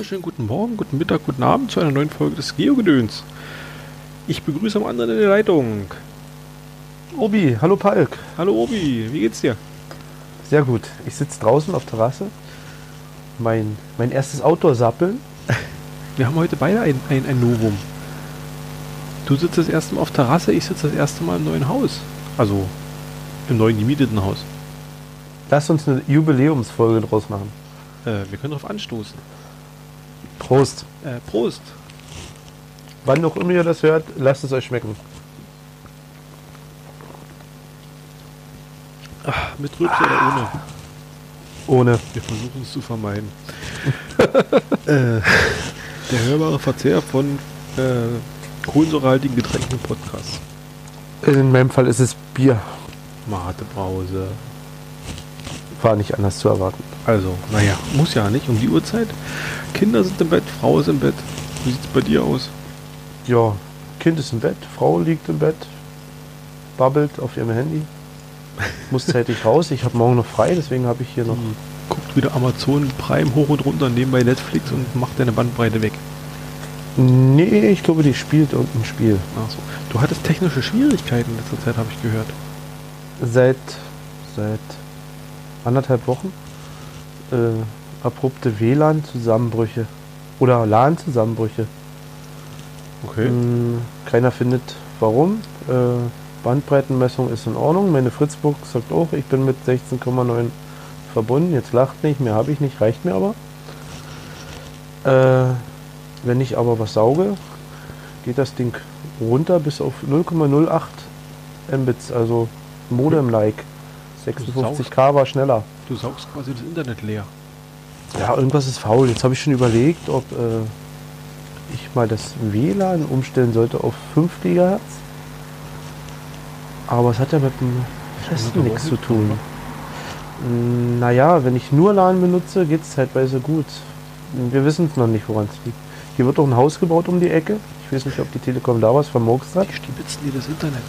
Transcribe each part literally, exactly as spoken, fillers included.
wunderschönen guten Morgen, guten Mittag, guten Abend zu einer neuen Folge des Geogedöns. Ich begrüße am anderen in der Leitung Obi, hallo Palk. Hallo Obi, wie geht's dir? Sehr gut. Ich sitze draußen auf Terrasse. Mein, mein erstes Outdoor-Sappeln. Wir haben heute beide ein, ein, ein Novum. Du sitzt das erste Mal auf Terrasse, ich sitze das erste Mal im neuen Haus. Also im neuen gemieteten Haus. Lass uns eine Jubiläumsfolge draus machen. Äh, wir können darauf anstoßen. Prost. Äh, Prost. Wann auch immer ihr das hört, lasst es euch schmecken. Ach, mit Rülpse oder ohne? Ohne. Wir versuchen es zu vermeiden. äh, der hörbare Verzehr von äh, kohlensäurehaltigen Getränken im Podcast. In meinem Fall ist es Bier. Matebrause. War nicht anders zu erwarten. Also, naja, muss ja nicht um die Uhrzeit. Kinder sind im Bett, Frau ist im Bett. Wie sieht es bei dir aus? Ja, Kind ist im Bett, Frau liegt im Bett, babbelt auf ihrem Handy. Muss zeitig raus. Ich habe morgen noch frei, deswegen habe ich hier noch... Die guckt wieder Amazon Prime hoch und runter, nebenbei Netflix und macht deine Bandbreite weg. Nee, ich glaube, die spielt irgendein Spiel. Ach so. Du hattest technische Schwierigkeiten in letzter Zeit, habe ich gehört. Seit, seit anderthalb Wochen äh, abrupte W L A N-Zusammenbrüche oder LAN-Zusammenbrüche. Okay. Ähm, keiner findet warum. Äh, Bandbreitenmessung ist in Ordnung. Meine Fritzbox sagt auch, ich bin mit sechzehn Komma neun verbunden. Jetzt lacht nicht, mehr habe ich nicht, reicht mir aber. Äh, wenn ich aber was sauge, geht das Ding runter bis auf null Komma null acht Mbits, also Modem-like. sechsundfünfzig K war schneller. Du saugst quasi das Internet leer. Ja, irgendwas ist faul. Jetzt habe ich schon überlegt, ob äh, ich mal das W L A N umstellen sollte auf fünf Gigahertz. Aber es hat ja mit dem Festen nichts zu tun. Mm, Naja, wenn ich nur LAN benutze, geht es zeitweise gut. Wir wissen noch nicht, woran es liegt. Hier wird doch ein Haus gebaut um die Ecke. Ich weiß nicht, ob die Telekom da was vermurkst hat. Die stibitzen dir das Internet.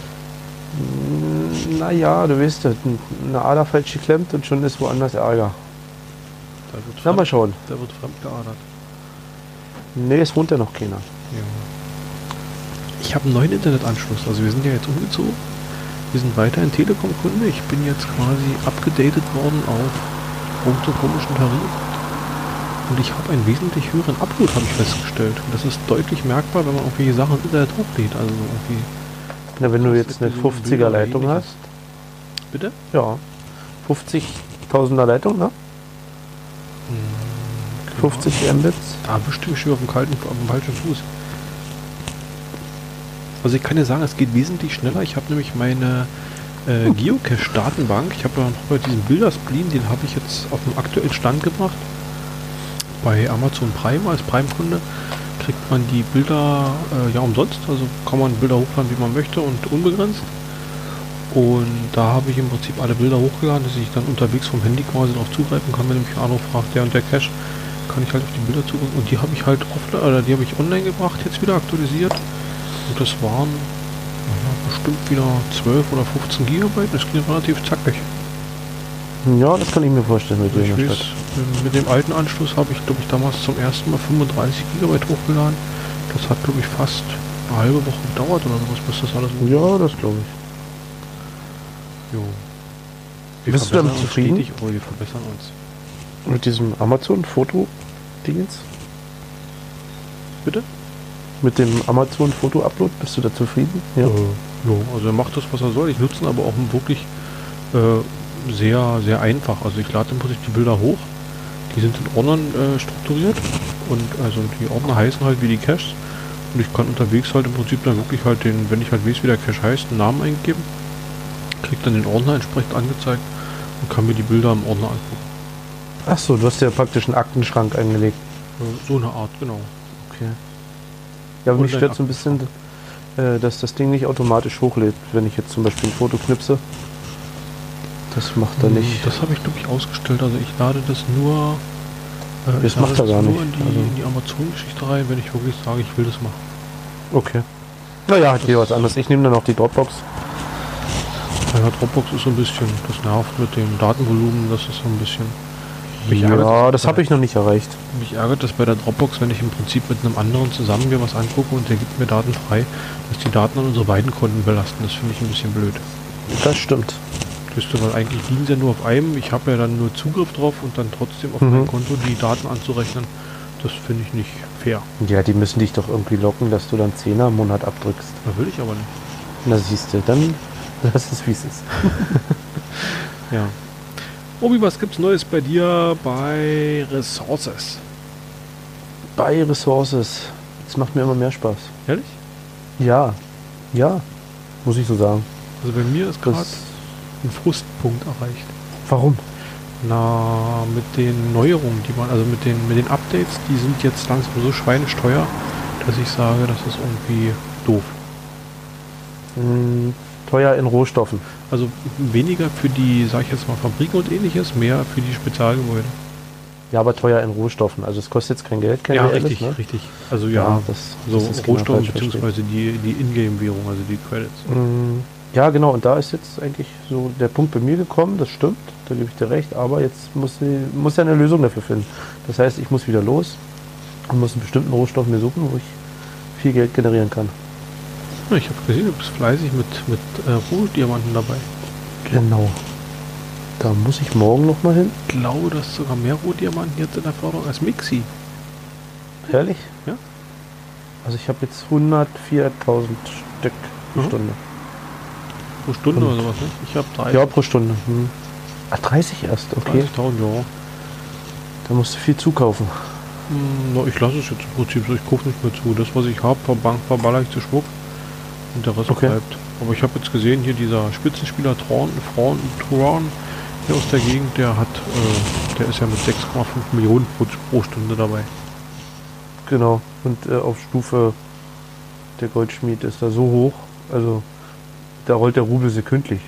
Naja, du weißt ja, eine Ader falsch geklemmt und schon ist woanders Ärger. Da wird Na, mal schauen. Da wird fremd geadert. Nee, es wohnt ja noch keiner. Ja. Ich habe einen neuen Internetanschluss. Also wir sind ja jetzt umgezogen. Wir sind weiterhin Telekom-Kunde. Ich bin jetzt quasi abgedatet worden auf irgendeinen komischen Tarif. Und ich habe einen wesentlich höheren Upload, habe ich festgestellt. Und das ist deutlich merkbar, wenn man irgendwelche Sachen ins Internet hochlädt. Also irgendwie... Na, wenn du jetzt eine fünfziger Leitung hast. Bitte? Ja. fünfzigtausender Leitung, ne? Hm, fünfzig Mbits. Da bestimmt schon auf dem kalten, auf dem falschen Fuß. Also ich kann dir sagen, es geht wesentlich schneller. Ich habe nämlich meine äh, Geocache-Datenbank. Ich habe ja noch bei diesem Bilderspleen, den habe ich jetzt auf dem aktuellen Stand gebracht. Bei Amazon Prime als Prime-Kunde kriegt man die Bilder äh, ja umsonst. Also kann man Bilder hochladen, wie man möchte und unbegrenzt. Und da habe ich im Prinzip alle Bilder hochgeladen, dass ich dann unterwegs vom Handy quasi darauf zugreifen kann, wenn nämlich ein Anruf fragt, der und der Cache, kann ich halt auf die Bilder zugreifen. Und die habe ich halt offline, oder die habe ich online gebracht, jetzt wieder aktualisiert. Und das waren ja, bestimmt wieder zwölf oder fünfzehn Gigabyte. Das ging relativ zackig. Ja, das kann ich mir vorstellen mit Ich dir. weiß, mit dem alten Anschluss habe ich, glaube ich, damals zum ersten Mal fünfunddreißig Gigabyte hochgeladen. Das hat, glaube ich, fast eine halbe Woche gedauert oder sowas, bis das alles... Ja, das glaube ich. Jo. Wir Bist du damit zufrieden? Stetig, aber wir verbessern uns. Mit diesem Amazon-Foto-Dingens? Bitte? Mit dem Amazon-Foto-Upload, bist du da zufrieden? Ja. Äh, jo, also er macht das, was er soll. Ich nutze ihn aber auch wirklich äh, sehr, sehr einfach. Also ich lade im Prinzip die Bilder hoch. Die sind in Ordnern äh, strukturiert. Und also die Ordner heißen halt wie die Caches. Und ich kann unterwegs halt im Prinzip dann wirklich halt den, wenn ich halt weiß, wie der Cache heißt, einen Namen eingeben. Krieg dann den Ordner entsprechend angezeigt und kann mir die Bilder im Ordner angucken. Ach so, du hast ja praktisch einen Aktenschrank eingelegt. So eine Art, genau. Okay. Ja, aber mich stört so ein bisschen, äh, dass das Ding nicht automatisch hochlädt, wenn ich jetzt zum Beispiel ein Foto knipse. Das macht er nicht. Das habe ich, glaube ich, ausgestellt. Also ich lade das nur, äh, das macht er gar nur nicht. in die, Also in die Amazon-Geschichte rein, wenn ich wirklich sage, ich will das machen. Okay. Naja, hat hier was anderes. Ich nehme dann auch die Dropbox. Ja, Dropbox ist so ein bisschen, das nervt mit dem Datenvolumen, das ist so ein bisschen... Mich Ja, ärgert das habe ich noch nicht erreicht. Mich ärgert das bei der Dropbox, wenn ich im Prinzip mit einem anderen zusammen mir was angucke und der gibt mir Daten frei, dass die Daten an unsere beiden Konten belasten. Das finde ich ein bisschen blöd. Das stimmt. Weißt du, weil eigentlich liegen sie ja nur auf einem. Ich habe ja dann nur Zugriff drauf und dann trotzdem auf Mhm. mein Konto die Daten anzurechnen. Das finde ich nicht fair. Ja, die müssen dich doch irgendwie locken, dass du dann Zehner im Monat abdrückst. Das will ich aber nicht. Na siehst du, dann lass es wie es ist. Ja. Obi, was gibt's Neues bei dir bei Resources? Bei Resources. Das macht mir immer mehr Spaß. Ehrlich? Ja, ja, muss ich so sagen. Also bei mir ist gerade Das, ein Frustpunkt erreicht. warum? Na, mit den Neuerungen, die man, also mit den, mit den Updates, die sind jetzt langsam so schweinesteuer, dass ich sage, das ist irgendwie doof. Hm, teuer in Rohstoffen. Also weniger für die, sag ich jetzt mal, Fabriken und ähnliches, mehr für die Spezialgebäude. Ja, aber teuer in Rohstoffen. Also es kostet jetzt kein Geld, kein Ja, reelles, richtig, ne? richtig. Also ja, das, so das ist genau Rohstoffe falsch verstehen. beziehungsweise die, die Ingame-Währung, also die Credits. Mm, Ja, genau. Und da ist jetzt eigentlich so der Punkt bei mir gekommen. Das stimmt, da gebe ich dir recht. Aber jetzt muss ich muss ja eine Lösung dafür finden. Das heißt, ich muss wieder los und muss einen bestimmten Rohstoff mir suchen, wo ich viel Geld generieren kann. Ja, ich habe gesehen, du bist fleißig mit, mit äh, Rohdiamanten dabei. Genau. Da muss ich morgen noch mal hin. Ich glaube, du hast sogar mehr Rohdiamanten jetzt in der Förderung als Mixi. Ehrlich? Ja. Also ich habe jetzt hundertviertausend Stück pro Mhm. Stunde. Pro Stunde Und- oder sowas, ne? Ich habe dreißig. Ja, pro Stunde. Hm. Ah, dreißig erst, okay. dreißigtausend, ja. Da musst du viel zukaufen. Hm, na, ich lasse es jetzt im Prinzip so, ich gucke nicht mehr zu. Das, was ich habe, verbank, verballer ich zu Schmuck und der Rest Okay. bleibt. Aber ich habe jetzt gesehen, hier dieser Spitzenspieler Tron, Tron, Tron hier aus der Gegend, der hat, äh, der ist ja mit sechs Komma fünf Millionen pro, pro Stunde dabei. Genau. Und äh, auf Stufe der Goldschmied ist da so hoch. Also da rollt der Rubel sekündlich.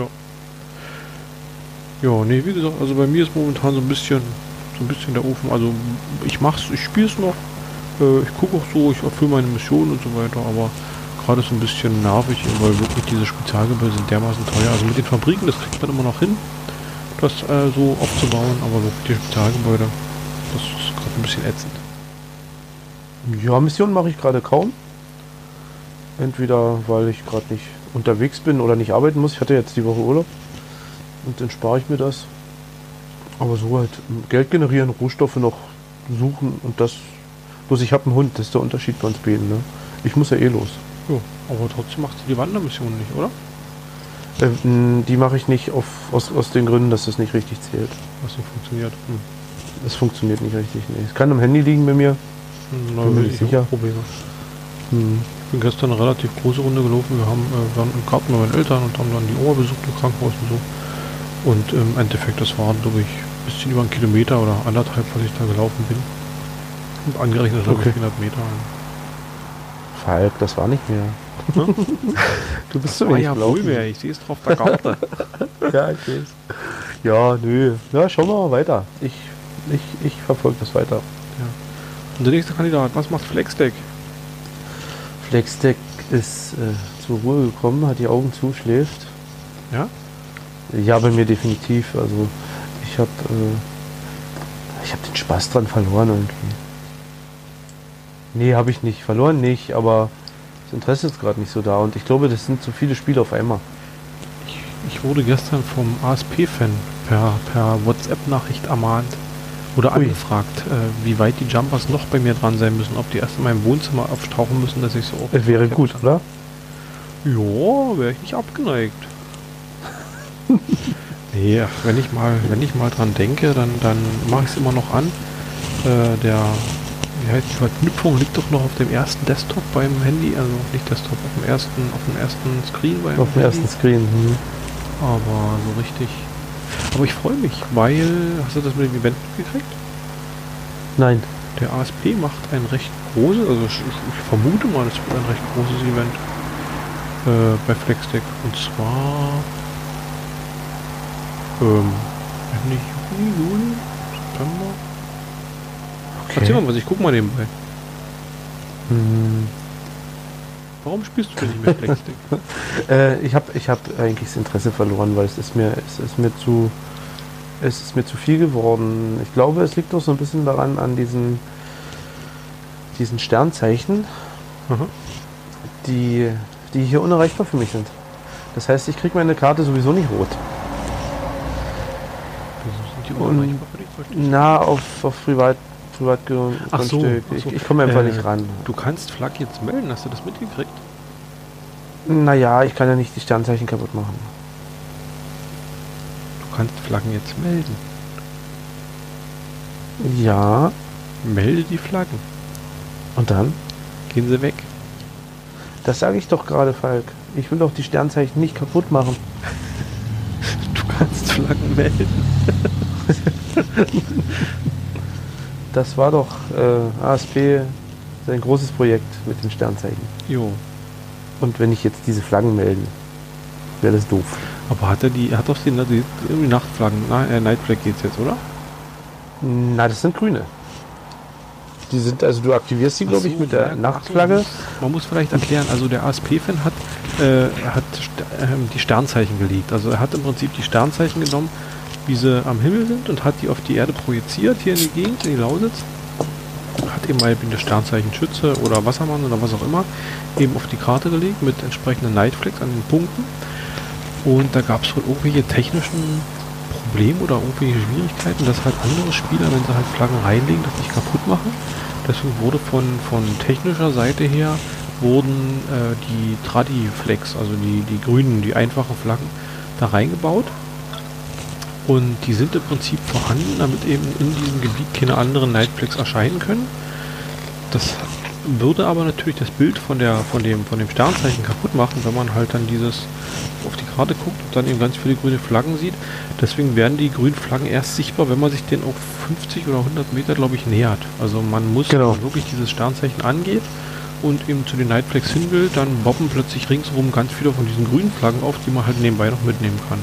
Ja, nee, wie gesagt, also bei mir ist momentan so ein bisschen, so ein bisschen der Ofen. Also ich mach's, ich spiele es noch, äh, ich gucke auch so, ich erfülle meine Mission und so weiter, aber gerade ist so ein bisschen nervig, weil wirklich diese Spezialgebäude sind dermaßen teuer. Also mit den Fabriken, das kriegt man immer noch hin, das äh, so aufzubauen, aber wirklich die Spezialgebäude, das ist gerade ein bisschen ätzend. Ja, Missionen mache ich gerade kaum. Entweder weil ich gerade nicht unterwegs bin oder nicht arbeiten muss. Ich hatte jetzt die Woche Urlaub und dann spare ich mir das. Aber so halt Geld generieren, Rohstoffe noch suchen und das. Bloß ich habe einen Hund, das ist der Unterschied bei uns beiden. Ne? Ich muss ja eh los. Ja, aber trotzdem macht sie die Wandermission nicht, oder? Äh, mh, die mache ich nicht auf, aus, aus den Gründen, dass das nicht richtig zählt. Was nicht funktioniert. Hm. Das funktioniert nicht richtig. Nee. Es kann am Handy liegen bei mir. Hm, na, Bin mir ich nicht hab sicher. auch Probleme. Hm. Ich bin gestern eine relativ große Runde gelaufen. Wir haben, äh, waren im Garten bei meinen Eltern und haben dann die Oma besucht im Krankenhaus und so. Und im Endeffekt, das waren, glaube ich, ein bisschen über einen Kilometer oder anderthalb, was ich da gelaufen bin. Und angerechnet, glaube Okay. ich, vierhundert Meter. Falk, das war nicht mehr. Hm? Du bist so War wenig ja gelaufen. wohl mehr, ich sehe es drauf der Karte. Ja, ich weiß. Ja, nö. Ja, schauen wir mal weiter. Ich, ich, ich verfolge das weiter. Und der nächste Kandidat, was macht Flexdeck? Flexdeck ist äh, zur Ruhe gekommen, hat die Augen zu, schläft. Ja? Ja, bei mir definitiv. Also ich habe äh, ich habe den Spaß dran verloren irgendwie. Nee, habe ich nicht. Verloren nicht, aber das Interesse ist gerade nicht so da. Und ich glaube, das sind zu viele Spiele auf einmal. Ich, ich wurde gestern vom A S P-Fan per, per WhatsApp-Nachricht ermahnt oder Ui. angefragt, äh, wie weit die Jumpers noch bei mir dran sein müssen, ob die erst in meinem Wohnzimmer auftauchen müssen, dass ich so auch... Es wäre gut, oder? Ja, wäre ich nicht abgeneigt. Nee, ach, wenn ich mal, wenn ich mal dran denke, dann, dann mache ich es immer noch an. Äh, der, wie heißt die Verknüpfung liegt doch noch auf dem ersten Desktop beim Handy, also nicht Desktop, auf dem ersten, auf dem ersten Screen beim Auf dem Handy. ersten Screen. Hm. Aber so richtig. Aber ich freue mich, weil, hast du das mit dem Event mitgekriegt? Nein. Der A S P macht ein recht großes, also ich, ich vermute mal, es wird ein recht großes Event äh, bei Flexdeck. Und zwar ähm, Ende Juni, Juli, September. Okay. Erzähl mal was, ich guck mal nebenbei. Hm. Warum spielst du denn nicht mehr Flexdeck? Äh, ich habe ich hab eigentlich das Interesse verloren, weil es ist mir, es ist mir zu Es ist mir zu viel geworden. Ich glaube, es liegt doch so ein bisschen daran, an diesen, diesen Sternzeichen, Mhm. die, die hier unerreichbar für mich sind. Das heißt, ich kriege meine Karte sowieso nicht rot. Wieso sind die Und- unerreichbar für dich? Verstehe ich. Na, auf, auf Privat, Ach so, Privatgrundstück. ach so. Ich, ich komme einfach Äh, nicht ran. Du kannst Flak jetzt melden, hast du das mitgekriegt? Naja, ich kann ja nicht die Sternzeichen kaputt machen. Du kannst Flaggen jetzt melden. Ja, Melde die Flaggen. und dann? Gehen sie weg. Das sage ich doch gerade, Falk. Ich will doch die Sternzeichen nicht kaputt machen. Du kannst Flaggen melden. Das war doch äh, A S P sein großes Projekt mit den Sternzeichen. Jo. Und wenn ich jetzt diese Flaggen melden, wäre das doof. Aber hat er die, er hat doch die, die irgendwie Nachtflaggen, na, äh, Night Flag geht's jetzt, oder? Na, das sind grüne. Die sind, also du aktivierst die, glaube ich, Ach so, mit der ja, Nachtflagge. Man muss, man muss vielleicht erklären, also der A S P-Fan hat, äh, er hat St- ähm, die Sternzeichen gelegt. Also er hat im Prinzip die Sternzeichen genommen, wie sie am Himmel sind, und hat die auf die Erde projiziert, hier in die Gegend, in die Lausitz. Hat eben mal das Sternzeichen Schütze oder Wassermann oder was auch immer eben auf die Karte gelegt mit entsprechenden Nightflags an den Punkten. Und da gab es wohl irgendwelche technischen Probleme oder irgendwelche Schwierigkeiten, dass halt andere Spieler, wenn sie halt Flaggen reinlegen, das nicht kaputt machen. Deswegen wurde von, von technischer Seite her wurden äh, die Tradi-Flags, also die, die grünen, die einfachen Flaggen, da reingebaut. Und die sind im Prinzip vorhanden, damit eben in diesem Gebiet keine anderen Nightflags erscheinen können. Das würde aber natürlich das Bild von der von dem von dem Sternzeichen kaputt machen, wenn man halt dann dieses auf die Karte guckt und dann eben ganz viele grüne Flaggen sieht. Deswegen werden die grünen Flaggen erst sichtbar, wenn man sich den auf fünfzig oder hundert Meter, glaube ich, nähert. Also man muss, Genau. wenn man wirklich dieses Sternzeichen angeht und eben zu den Nightflags hin will, dann boppen plötzlich ringsherum ganz viele von diesen grünen Flaggen auf, die man halt nebenbei noch mitnehmen kann.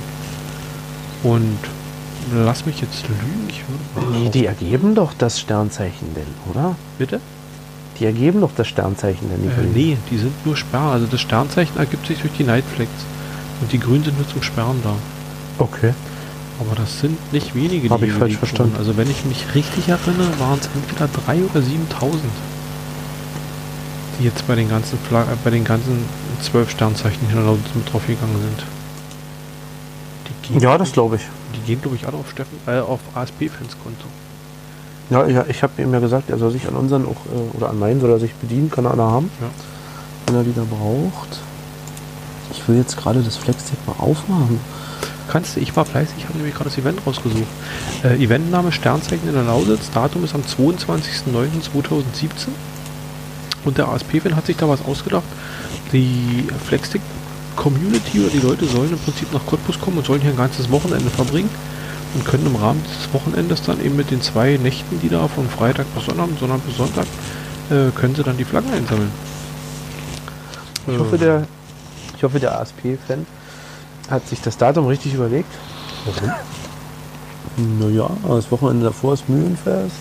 Und lass mich jetzt lügen, ich würde... Nee, die ergeben doch das Sternzeichen denn, oder? Bitte? Die ergeben doch das Sternzeichen denn nicht. Äh, nee, die sind nur Sperren. Also das Sternzeichen ergibt sich durch die Nightflags. Und die grünen sind nur zum Sperren da. Okay. Aber das sind nicht wenige, Hab ich die falsch gelegt verstanden. wurden. Also wenn ich mich richtig erinnere, waren es entweder drei oder siebentausend, die jetzt bei den ganzen Flag äh, bei den ganzen zwölf Sternzeichen hier mit drauf gegangen sind. Die gehen, Ja, das glaube ich. Die gehen, glaube ich, alle auf Steffen, äh, auf A S P-Fans Konto. Ja, ja ich habe ihm ja gesagt, er soll sich an unseren auch, äh, oder an meinen soll er sich bedienen, kann er einer haben, Ja. wenn er die da braucht. Ich will jetzt gerade das Flextape mal aufmachen. Kannst du, ich war fleißig, ich habe nämlich gerade das Event rausgesucht. Äh, Eventname Sternzeichen in der Lausitz, Datum ist am zweiundzwanzigsten neunten zweitausendsiebzehn. Und der A S P-Fan hat sich da was ausgedacht. Die Flexstick-Community oder die Leute sollen im Prinzip nach Cottbus kommen und sollen hier ein ganzes Wochenende verbringen und können im Rahmen dieses Wochenendes dann eben mit den zwei Nächten, die da von Freitag bis Sonnabend, Sonntag bis Sonntag, äh, können sie dann die Flaggen einsammeln. Ich hoffe, der, ich hoffe, der A S P-Fan hat sich das Datum richtig überlegt. Warum? Naja, das Wochenende davor ist Mühlenfest.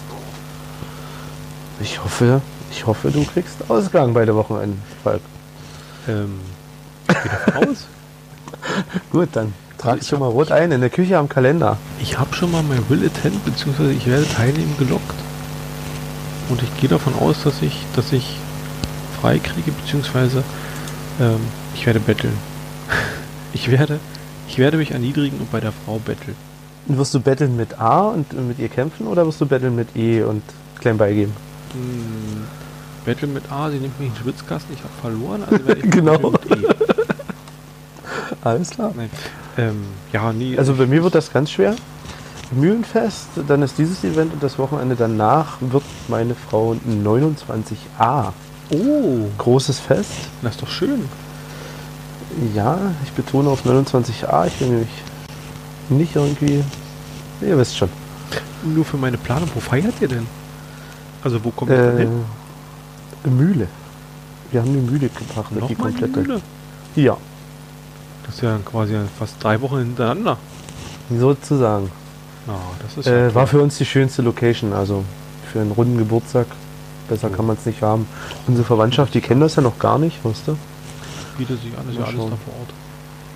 Ich hoffe, ich hoffe, du kriegst Ausgang bei der Wochenende, Falk. Ähm, ich gehe davon aus. Gut, dann trag ich schon mal hab- rot ein in der Küche am Kalender. Ich habe schon mal mein Will Attend, beziehungsweise ich werde teilnehmen, gelockt. Und ich gehe davon aus, dass ich, dass ich frei kriege, beziehungsweise ähm, ich werde betteln. Ich werde, ich werde mich erniedrigen und bei der Frau betteln. Wirst du betteln mit A und mit ihr kämpfen oder wirst du betteln mit E und klein beigeben? Hm, betteln mit A, sie nimmt mich in den Schwitzkasten, ich habe verloren, also werde ich Genau. betteln mit E. Alles klar. Nein. Ähm, ja, nie. Also bei mir wird das ganz schwer. Mühlenfest, dann ist dieses Event und das Wochenende danach wird meine Frau neunundzwanzig a. Oh, Großes Fest. das ist doch schön. Ja, ich betone auf neunundzwanzig a. Ich will nämlich nicht irgendwie... Ihr wisst schon. Nur für meine Planung, wo feiert ihr denn? Also wo kommt ihr denn Äh, hin? Mühle. Wir haben die Mühle gebracht, die Nochmal die komplette. Mühle? Ja, Das ist ja quasi fast drei Wochen hintereinander. sozusagen. Ja, das ist ja Äh, war toll. für uns die schönste Location, also für einen runden Geburtstag. Besser Ja. kann man es nicht haben. Unsere Verwandtschaft, die kennen das ja noch gar nicht, weißt du? Bietet sich an, ist ja Mal alles schauen. da vor Ort.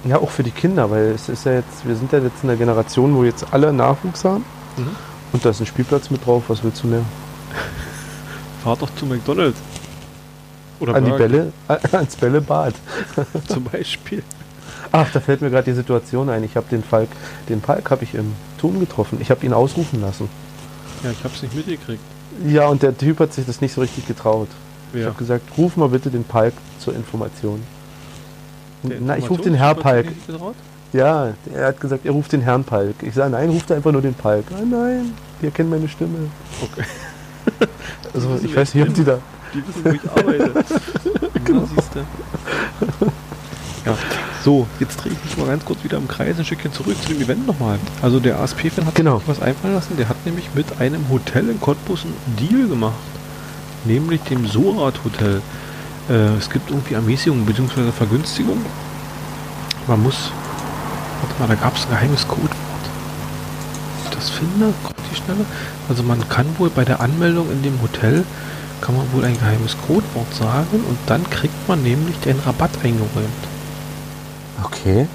Ja, auch für die Kinder, weil es ist ja jetzt, wir sind ja jetzt in der Generation, wo jetzt alle Nachwuchs haben. Mhm. Und da ist ein Spielplatz mit drauf, was willst du mehr? Fahr doch zu McDonalds. Oder An die Burger Bälle, ans Bällebad. zum Beispiel. Ach, da fällt mir gerade die Situation ein. Ich habe den Falk, den Falk habe ich im Turm getroffen. Ich habe ihn ausrufen lassen. Ja, ich hab's nicht mitgekriegt. Ja, und der Typ hat sich das nicht so richtig getraut. Ich Ja. habe gesagt, ruf mal bitte den Palk zur Information. Der Na, ich rufe den Herr Palk. Informationstyp hat sich nicht getraut? Ja, er hat gesagt, er ruft den Herrn Palk. Ich sage, nein, ruft einfach nur den Palk. Ah, nein, die erkennen meine Stimme. Okay. Also wissen, ich wer weiß nicht, ob die da... Die wissen, wo ich arbeite. Genau. Siehst du. Ja, so, jetzt drehe ich mich mal ganz kurz wieder im Kreis, ein Stückchen zurück zu dem Event nochmal. Also der A S P-Fan hat Genau. sich was einfallen lassen. Der hat nämlich mit einem Hotel in Cottbus einen Deal gemacht. Nämlich dem Sorat Hotel. Äh, es gibt irgendwie Ermäßigungen bzw. Vergünstigungen. Man muss... Warte mal, da gab es ein geheimes Codewort. Ich das finde, kommt die Schnelle. Also man kann wohl bei der Anmeldung in dem Hotel, kann man wohl ein geheimes Codewort sagen und dann kriegt man nämlich den Rabatt eingeräumt. Okay.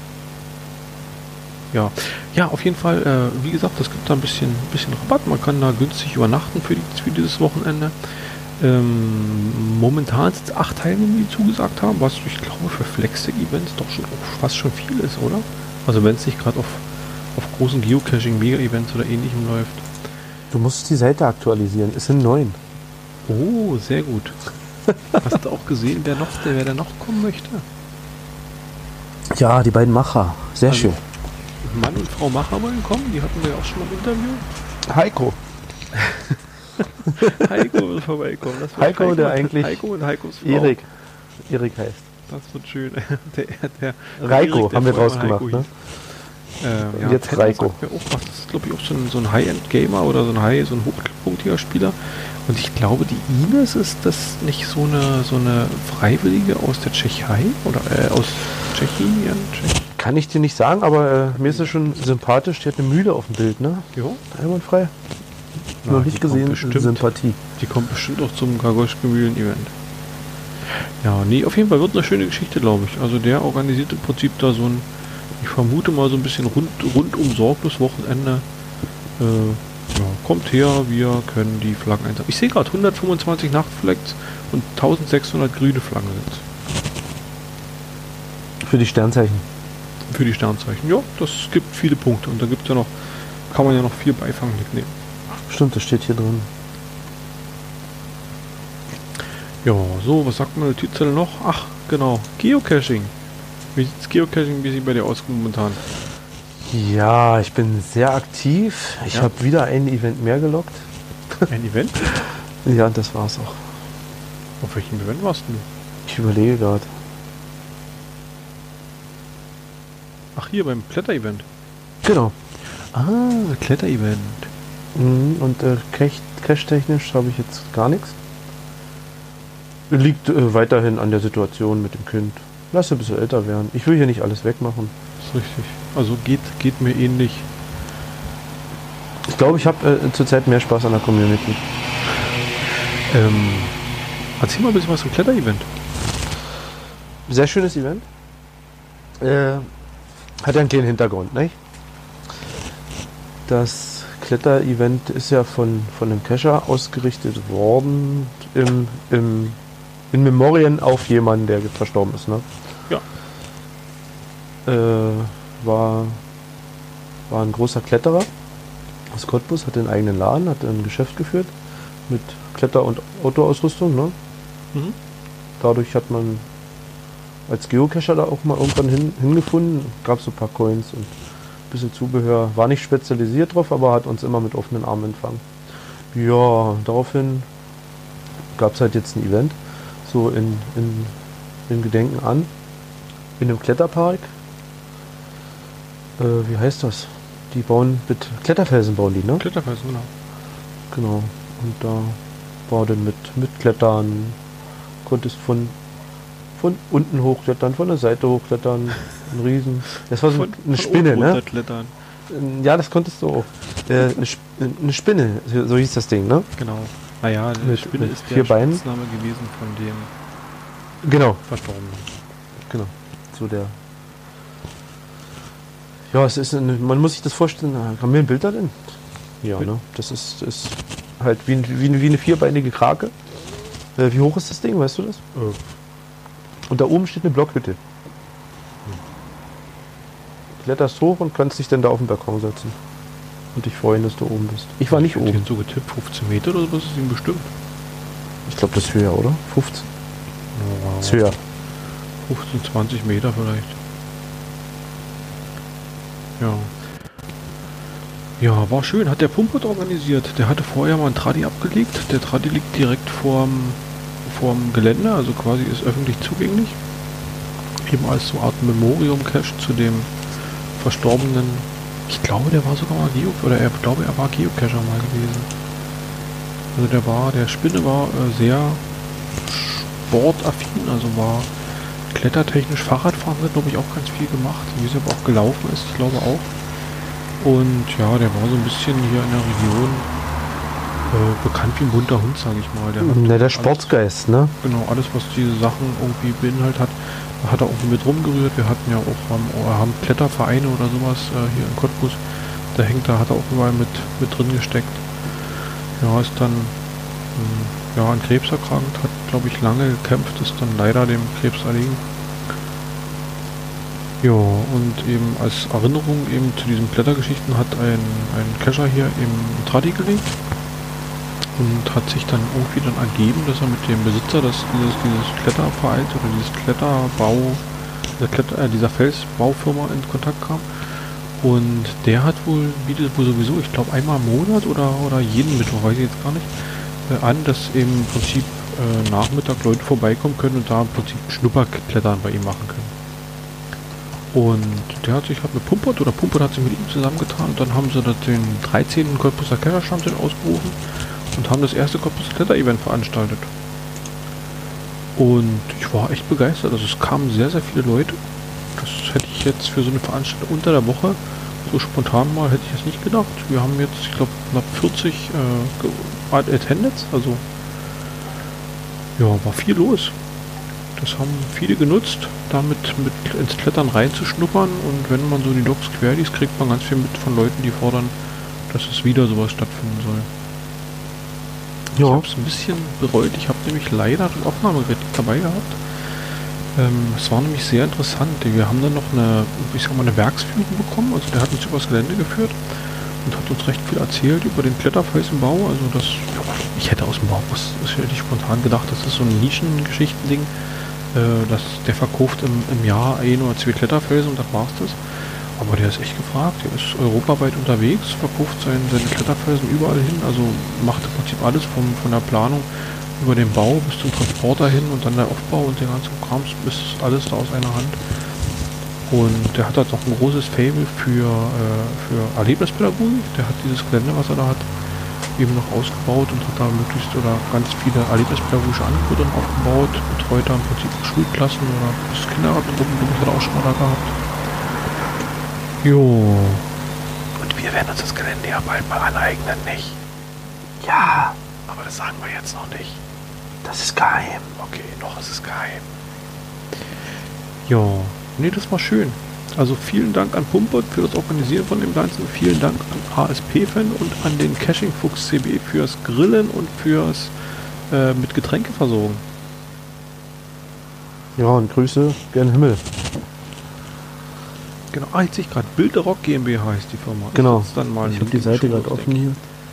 Ja, ja, auf jeden Fall, äh, wie gesagt, es gibt da ein bisschen, bisschen Rabatt. Man kann da günstig übernachten für, die, für dieses Wochenende. Ähm, momentan sind es acht Teilnehmer, die zugesagt haben, was ich glaube für Flextech-Events doch schon auch fast schon viel ist, oder? Also wenn es nicht gerade auf, auf großen Geocaching-Mega-Events oder ähnlichem läuft. Du musst die Seite aktualisieren. Es sind neun. Oh, sehr gut. Hast du auch gesehen, wer noch, der, wer da noch kommen möchte? Ja, die beiden Macher. Sehr Also, schön. Mann und Frau Macher wollen kommen, die hatten wir ja auch schon mal im Interview. Heiko. Heiko will vorbeikommen. Das wird Heiko, der eigentlich Heiko und Heikos Frau. Erik. Erik heißt. Das wird schön. Der, der Reiko Erik, der haben wir vorher draus gemacht, Heiko ne? hieß. Ähm, ja, Jetzt Petter Reiko. sagt mir auch was. Das ist, glaube ich, auch so ein, so ein High-End-Gamer oder so ein High, so ein hochpunktiger Spieler. Und ich glaube, die Ines ist das nicht so eine so eine Freiwillige aus der Tschechei oder äh, aus Tschechien? Tschech Kann ich dir nicht sagen, aber äh, mir ist es schon sympathisch. Die hat eine Mühle auf dem Bild, ne? jo. Einwandfrei. Ja, Noch die nicht kommt gesehen. bestimmt. Sympathie. Die kommt bestimmt auch zum Gagoschke-Mühlen-Event. Ja, nee, auf jeden Fall wird eine schöne Geschichte, glaube ich. Also der organisiert im Prinzip da so ein, ich vermute mal so ein bisschen rund, rundum sorglos Wochenende. Äh, ja, kommt her, wir können die Flaggen einsammeln. Ich sehe gerade hundertfünfundzwanzig Nachtflags und eintausendsechshundert grüne Flaggen sind Für die Sternzeichen. für die Sternzeichen. Ja, das gibt viele Punkte und da gibt es ja noch, kann man ja noch vier Beifang mitnehmen. Stimmt, das steht hier drin. Ja, so, was sagt meine Notizzettel noch? Ach, genau, Geocaching. Wie sieht's Geocaching, wie sieht bei dir aus momentan? Ja, ich bin sehr aktiv. Ich Ja. habe wieder ein Event mehr gelockt. Ein Event? Ja, und das war's auch. Auf welchem Event warst du? Ich überlege gerade. Ach, hier beim Kletter-Event. Genau. Ah, Kletter-Event. Mhm, und äh, Cache- cache-technisch habe ich jetzt gar nichts. Liegt äh, weiterhin an der Situation mit dem Kind. Lass ein bisschen älter werden. Ich will hier nicht alles wegmachen. Ist richtig. Also geht, geht mir ähnlich. Ich glaube, ich habe äh, zurzeit mehr Spaß an der Community. Ähm, erzähl mal ein bisschen was zum Kletter-Event. Sehr schönes Event. Äh, hat ja einen kleinen Hintergrund, nicht? Das Kletter-Event ist ja von, von einem Cacher ausgerichtet worden im, im, in Memorien auf jemanden, der verstorben ist, ne? Ja. Äh, war, war ein großer Kletterer aus Cottbus, hat den eigenen Laden, hat ein Geschäft geführt mit Kletter- und Outdoor-Ausrüstung, ne? Mhm. Dadurch hat man als Geocacher da auch mal irgendwann hin, hingefunden. Gab so ein paar Coins und ein bisschen Zubehör. War nicht spezialisiert drauf, aber hat uns immer mit offenen Armen empfangen. Ja, daraufhin gab es halt jetzt ein Event, so in, in, in Gedenken an, in einem Kletterpark. Äh, wie heißt das? Die bauen mit Kletterfelsen bauen die, ne? Kletterfelsen, genau. Genau. Und da war dann mit, mit Klettern, konntest von von unten hochklettern, von der Seite hochklettern, ein Riesen. Das war so Von- eine von Spinne, oben ne? runterklettern. Ja, das konntest du auch. Äh, eine, Sp eine Spinne, so hieß das Ding, ne? Genau. Naja, die Mit- Spinne mit ist vier der Beinen. Spitzname gewesen von dem Genau, Verstorbenen. genau. So der Ja, es ist eine, man muss sich das vorstellen. Haben wir ein Bild da drin? Ja, ne? Das ist, ist halt wie, wie, wie eine vierbeinige Krake. Äh, wie hoch ist das Ding, weißt du das? Äh. Und da oben steht eine Blockhütte. Kletterst hoch und kannst dich dann da auf den Balkon setzen. Und dich freuen, dass du oben bist. Ich war nicht ich oben. So getippt, fünfzehn Meter oder was ist ihm bestimmt? Ich glaube, das ist höher, oder? fünfzehn? Ja, Das ist höher. fünfzehn, zwanzig Meter vielleicht. Ja. Ja, war schön. Hat der Pumpert organisiert. Der hatte vorher mal einen Tradi abgelegt. Der Tradi liegt direkt vorm, vorm Gelände, also quasi ist öffentlich zugänglich. Eben als so eine Art Memorium-Cache zu dem verstorbenen, ich glaube, der war sogar mal Geo, oder er glaube, er war Geocacher mal gewesen. Also der war, der Spinne war äh, sehr sportaffin, also war klettertechnisch, Fahrradfahren hat glaube ich auch ganz viel gemacht, wie es aber auch gelaufen ist, ich glaube auch. Und ja, der war so ein bisschen hier in der Region äh, bekannt wie ein bunter Hund, sage ich mal. Der hat Na, der Sportsgeist, ne? Genau, alles was diese Sachen irgendwie beinhaltet hat, da hat er irgendwie mit rumgerührt. Wir hatten ja auch haben, haben Klettervereine oder sowas äh, hier in Cottbus. Da hängt, da hat er auch überall mit, mit drin gesteckt. Ja, ist dann mh, ja, an Krebs erkrankt, hat glaube ich lange gekämpft, ist dann leider dem Krebs erlegen. Ja, und eben als Erinnerung eben zu diesen Klettergeschichten hat ein, ein Cacher hier im Tradi gelegt und hat sich dann irgendwie dann ergeben, dass er mit dem Besitzer des, dieses, dieses Klettervereins oder dieses Kletterbau, dieser, Kletter, äh, dieser Felsbaufirma in Kontakt kam. Und der hat wohl, bietet wohl sowieso, ich glaube einmal im Monat oder, oder jeden Mittwoch, weiß ich jetzt gar nicht, äh, an, dass eben im Prinzip äh, Nachmittag Leute vorbeikommen können und da im Prinzip Schnupperklettern bei ihm machen können. Und der hat sich halt mit Pumpert, oder Pumpert hat sich mit ihm zusammengetan und dann haben sie das den dreizehnten Cottbuser Kletterstammtisch ausgerufen und haben das erste Cottbuser Kletter-Event veranstaltet. Und ich war echt begeistert, also es kamen sehr, sehr viele Leute. Das hätte ich jetzt für so eine Veranstaltung unter der Woche, so spontan mal, hätte ich es nicht gedacht. Wir haben jetzt, ich glaube, knapp vierzig äh, Attendance, also ja, war viel los. Das haben viele genutzt, damit mit ins Klettern reinzuschnuppern, und wenn man so die Loks quer liest, kriegt man ganz viel mit von Leuten, die fordern, dass es wieder sowas stattfinden soll. Ja. Ich habe es ein bisschen bereut, ich habe nämlich leider das Aufnahmegerät nicht dabei gehabt. Ähm, es war nämlich sehr interessant. Wir haben dann noch eine, ich sag mal, eine Werksführung bekommen, also der hat uns übers Gelände geführt und hat uns recht viel erzählt über den Kletterfelsenbau. Also das, ich hätte aus dem Bau, das hätte ich spontan gedacht, das ist so ein Nischengeschichtending. Das, der verkauft im, im Jahr ein oder zwei Kletterfelsen und das war's das. Aber der ist echt gefragt, der ist europaweit unterwegs, verkauft sein, seine Kletterfelsen überall hin, also macht im Prinzip alles vom, von der Planung über den Bau bis zum Transporter hin und dann der Aufbau und der ganze Kram, ist alles da aus einer Hand. Und der hat halt noch ein großes Faible für, äh, für Erlebnispädagogik. Der hat dieses Gelände, was er da hat, eben noch ausgebaut und hat da möglichst oder ganz viele erlebnispädagogische Angebote aufgebaut, betreut da im Prinzip Schulklassen oder bis Kindergartengruppen, das hat er auch schon mal da gehabt. Jo. Und wir werden uns das Gelände ja bald mal aneignen, nicht? Ja. Aber das sagen wir jetzt noch nicht. Das ist geheim. Okay, noch ist es geheim. Ja, nee, das war schön. Also vielen Dank an Pumpert für das Organisieren von dem Ganzen. Vielen Dank an A S P-Fan und an den Caching-Fuchs C B fürs Grillen und fürs äh, mit Getränke versorgen. Ja, und Grüße, gern Himmel. Genau, ah, jetzt sehe ich gerade, Bilderrock GmbH heißt die Firma. Genau, ich, dann mal ich habe die Seite gerade offen hier.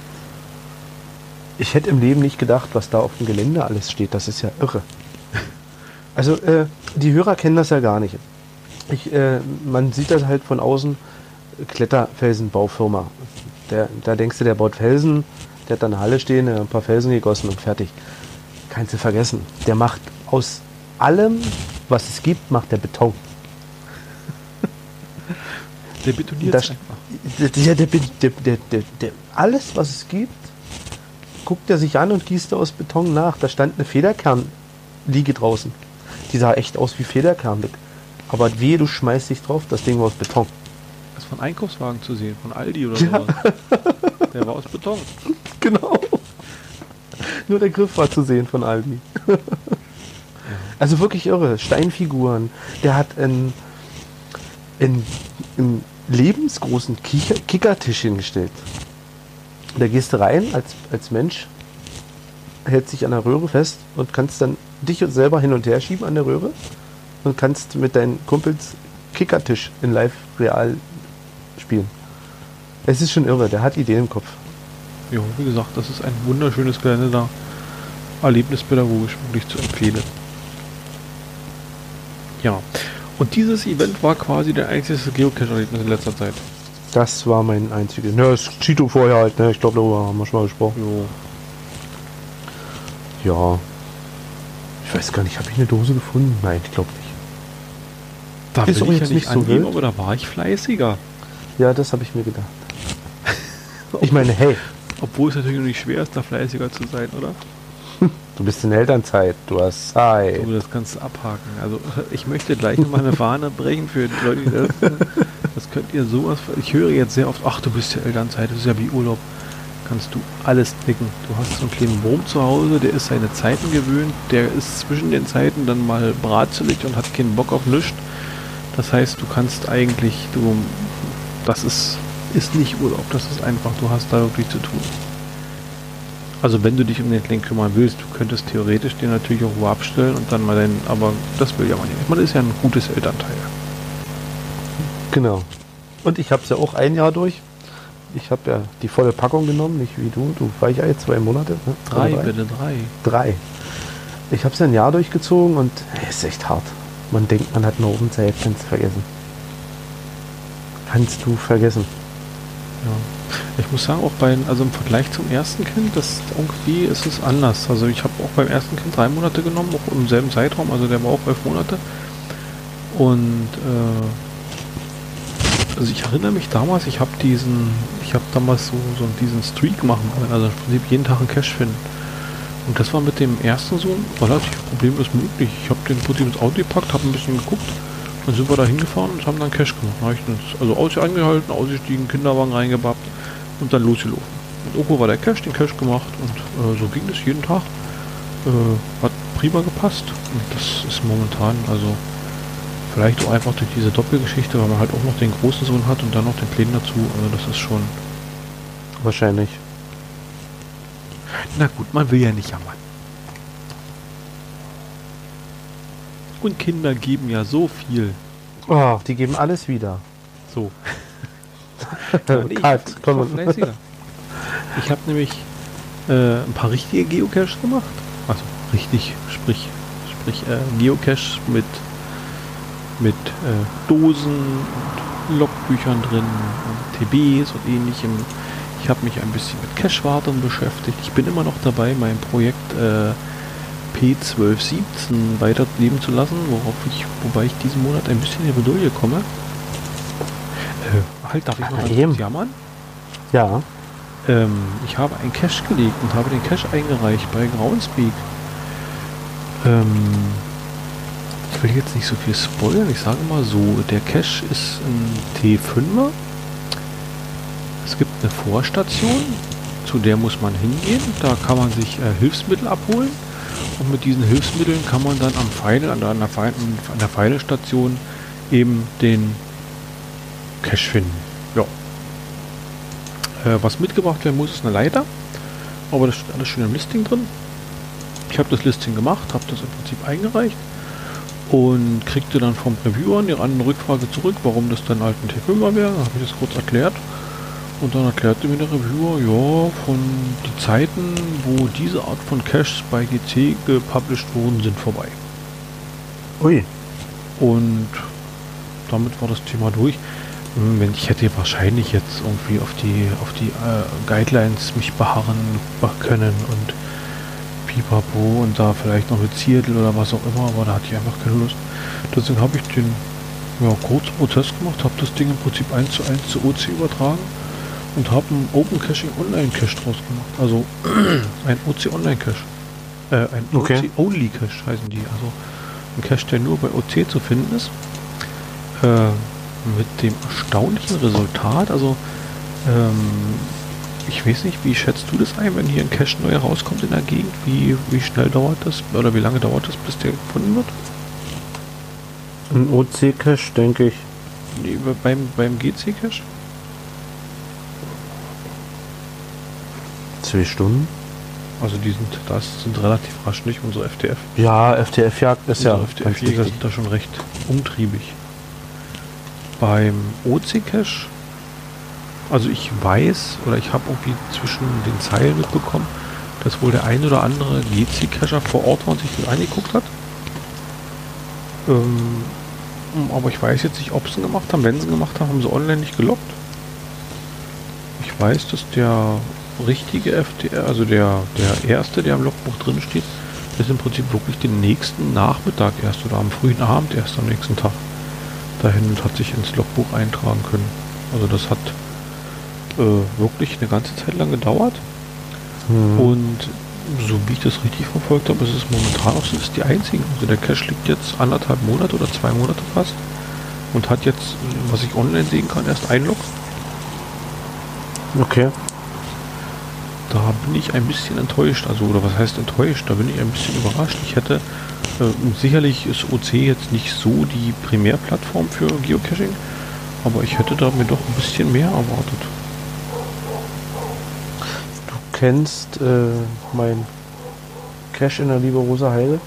Ich hätte im Leben nicht gedacht, was da auf dem Gelände alles steht. Das ist ja irre. Also, äh, die Hörer kennen das ja gar nicht. Ich, äh, man sieht das halt von außen, Kletterfelsenbaufirma. Der, da denkst du, der baut Felsen, der hat da eine Halle stehen, ein paar Felsen gegossen und fertig. Kannst du vergessen. Der macht aus allem, was es gibt, macht der Beton. Der betoniert das, einfach. Der, der, der, der, der, der, alles, was es gibt, guckt er sich an und gießt er aus Beton nach. Da stand eine Federkernliege draußen. Die sah echt aus wie Federkern. Aber wehe, du schmeißt dich drauf, das Ding war aus Beton. Das ist von Einkaufswagen zu sehen, von Aldi oder ja. sowas. Der war aus Beton. Genau. Nur der Griff war zu sehen von Aldi. Ja. Also wirklich irre. Steinfiguren. Der hat in, in, in lebensgroßen Kicher- Kickertisch hingestellt. Da gehst du rein als, als Mensch, hältst dich an der Röhre fest und kannst dann dich selber hin und her schieben an der Röhre und kannst mit deinen Kumpels Kickertisch in live real spielen. Es ist schon irre, der hat Ideen im Kopf. Ja, wie gesagt, das ist ein wunderschönes Gelände da. Erlebnispädagogisch wirklich zu empfehlen. Ja, und dieses Event war quasi der einzige Geocache-Erlebnis in letzter Zeit. Das war mein einziges. Ja, das Cheeto vorher halt, ne? Ich glaube, darüber haben wir schon mal gesprochen. Jo. Ja. Ich weiß gar nicht, habe ich eine Dose gefunden? Nein, ich glaube nicht. Da Ist will auch ich jetzt ja nicht nicht so angeben, wild. aber da war ich fleißiger. Ja, das habe ich mir gedacht. Ich meine, hey, Obwohl es natürlich noch nicht schwer ist, da fleißiger zu sein, oder? du bist in Elternzeit, du hast Zeit. So, das kannst du abhaken. Also ich möchte gleich nochmal eine Fahne brechen für die Leute, die das, das könnt ihr sowas. Ich höre jetzt sehr oft, ach, du bist ja Elternzeit, das ist ja wie Urlaub. Kannst du alles knicken. Du hast so einen kleinen Wurm zu Hause, der ist seine Zeiten gewöhnt, der ist zwischen den Zeiten dann mal bratzelig und hat keinen Bock auf nichts. Das heißt, du kannst eigentlich, du, das ist, ist nicht Urlaub, das ist einfach, du hast da wirklich zu tun. Also wenn du dich um den Kleinen kümmern willst, du könntest theoretisch den natürlich auch wo abstellen und dann mal deinen, aber das will ja man nicht. Man ist ja ein gutes Elternteil. Genau. Und ich habe es ja auch ein Jahr durch. Ich habe ja die volle Packung genommen, nicht wie du. Du war ich ja jetzt zwei Monate. Ne? Drei, Oder bitte, drei. Drei. Ich habe es ja ein Jahr durchgezogen und es ist echt hart. Man denkt, man hat eine Open Zeit, kannst du vergessen. Kannst du vergessen. Ja. Ich muss sagen, auch bei, also im Vergleich zum ersten Kind, das irgendwie ist es anders. Also ich habe auch beim ersten Kind drei Monate genommen, auch im selben Zeitraum, also der war auch elf Monate. Und äh, also ich erinnere mich damals, ich habe diesen, ich habe damals so, so diesen Streak machen wollen, also im Prinzip jeden Tag einen Cache finden. Und das war mit dem ersten Sohn relativ problemlos möglich. Ich habe den Putzi ins Auto gepackt, habe ein bisschen geguckt, dann sind wir da hingefahren und haben dann Cache gemacht. Dann habe ich das, also Auto angehalten, ausgestiegen, Kinderwagen reingebappt und dann losgelaufen. Und irgendwo war der Cache, den Cache gemacht und äh, so ging es jeden Tag. Äh, hat prima gepasst und das ist momentan, also vielleicht auch einfach durch diese Doppelgeschichte, weil man halt auch noch den großen Sohn hat und dann noch den Kleinen dazu. Also das ist schon... Wahrscheinlich. Na gut, man will ja nicht jammern. Und Kinder geben ja so viel. Oh, die geben alles wieder. So. Nee, Kalt, komm. Fleißiger. Ich habe nämlich äh, ein paar richtige Geocaches gemacht. Also richtig, sprich, sprich äh, Geocache mit mit äh, Dosen und Logbüchern drin und T Bs und ähnlichem. Ich habe mich ein bisschen mit Cache-Wartung beschäftigt. Ich bin immer noch dabei, mein Projekt äh, P zwölf siebzehn weiterleben zu lassen, worauf ich, wobei ich diesen Monat ein bisschen in die Bredouille komme. Äh, halt, darf ich noch mal kurz jammern? Ja. Ähm, ich habe einen Cache gelegt und habe den Cache eingereicht bei Groundspeak. Ähm, ich will jetzt nicht so viel spoilern, ich sage mal so, der Cache ist ein T fünfer. Es gibt eine Vorstation, zu der muss man hingehen, da kann man sich äh, Hilfsmittel abholen und mit diesen Hilfsmitteln kann man dann am Pfeil, an der, an der, Pfeil, an der Pfeilestation eben den Cache finden. Ja. Äh, was mitgebracht werden muss, ist eine Leiter, aber das steht alles schön im Listing drin. Ich habe das Listing gemacht, habe das im Prinzip eingereicht und kriegte dann vom Reviewer eine Rückfrage zurück, warum das dann halt ein T fünfer wäre. Da habe ich das kurz erklärt. Und dann erklärte mir der Reviewer, ja, von die Zeiten, wo diese Art von Caches bei G C gepublished wurden, sind vorbei. Ui. Und damit war das Thema durch. Wenn ich hätte wahrscheinlich jetzt irgendwie auf die auf die äh, Guidelines mich beharren können und pipapo und da vielleicht noch mit Zierdel oder was auch immer, aber da hatte ich einfach keine Lust. Deswegen habe ich den ja, kurzen Prozess gemacht, habe das Ding im Prinzip eins zu eins zu O C übertragen und habe einen Open Caching Online Cache draus gemacht. Also ein O C Online Cache. Äh, ein okay. O C Only Cache heißen die. Also ein Cache, der nur bei O C zu finden ist. Äh, mit dem erstaunlichen Resultat, also ähm, ich weiß nicht, wie schätzt du das ein, wenn hier ein Cache neu rauskommt in der Gegend? Wie, wie schnell dauert das oder wie lange dauert das, bis der gefunden wird? Ein O C-Cache, denke ich, Nee, beim, beim G C-Cache? Zwei Stunden? Also die sind, das sind relativ rasch, nicht unsere F T F. Ja, F T F-Jagd ist Unsere ja. F T F-Jäger sind da schon recht umtriebig. Beim O C-Cache, also ich weiß, oder ich habe irgendwie zwischen den Zeilen mitbekommen, dass wohl der ein oder andere G C-Cacher vor Ort war und sich das angeguckt hat. Ähm, aber ich weiß jetzt nicht, ob sie ihn gemacht haben. Wenn sie ihn gemacht haben, haben sie online nicht gelockt. Ich weiß, dass der richtige F T R, also der, der erste, der im Logbuch drin steht, ist im Prinzip wirklich den nächsten Nachmittag erst oder am frühen Abend erst am nächsten Tag dahin und hat sich ins Logbuch eintragen können. Also das hat äh, wirklich eine ganze Zeit lang gedauert. Hm. Und so wie ich das richtig verfolgt habe, ist es momentan auch so, ist die einzigen. Also der Cache liegt jetzt anderthalb Monate oder zwei Monate fast und hat jetzt, was ich online sehen kann, erst ein Log. Okay. Da bin ich ein bisschen enttäuscht, also oder was heißt enttäuscht, da bin ich ein bisschen überrascht. Ich hätte, äh, sicherlich ist O C jetzt nicht so die Primärplattform für Geocaching, aber ich hätte da mir doch ein bisschen mehr erwartet. Du kennst äh, mein Cache in der Liebe Rosa Heide?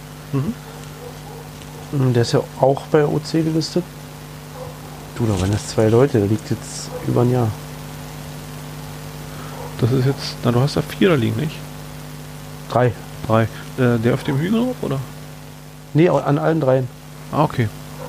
Mhm. Der ist ja auch bei O C gelistet. Du, da waren das zwei Leute, der liegt jetzt über ein Jahr. Das ist jetzt, na du hast da vier da liegen, nicht? Drei. Drei. Äh, der auf dem Hügel drauf, oder? Nee, an allen dreien. Ah, okay.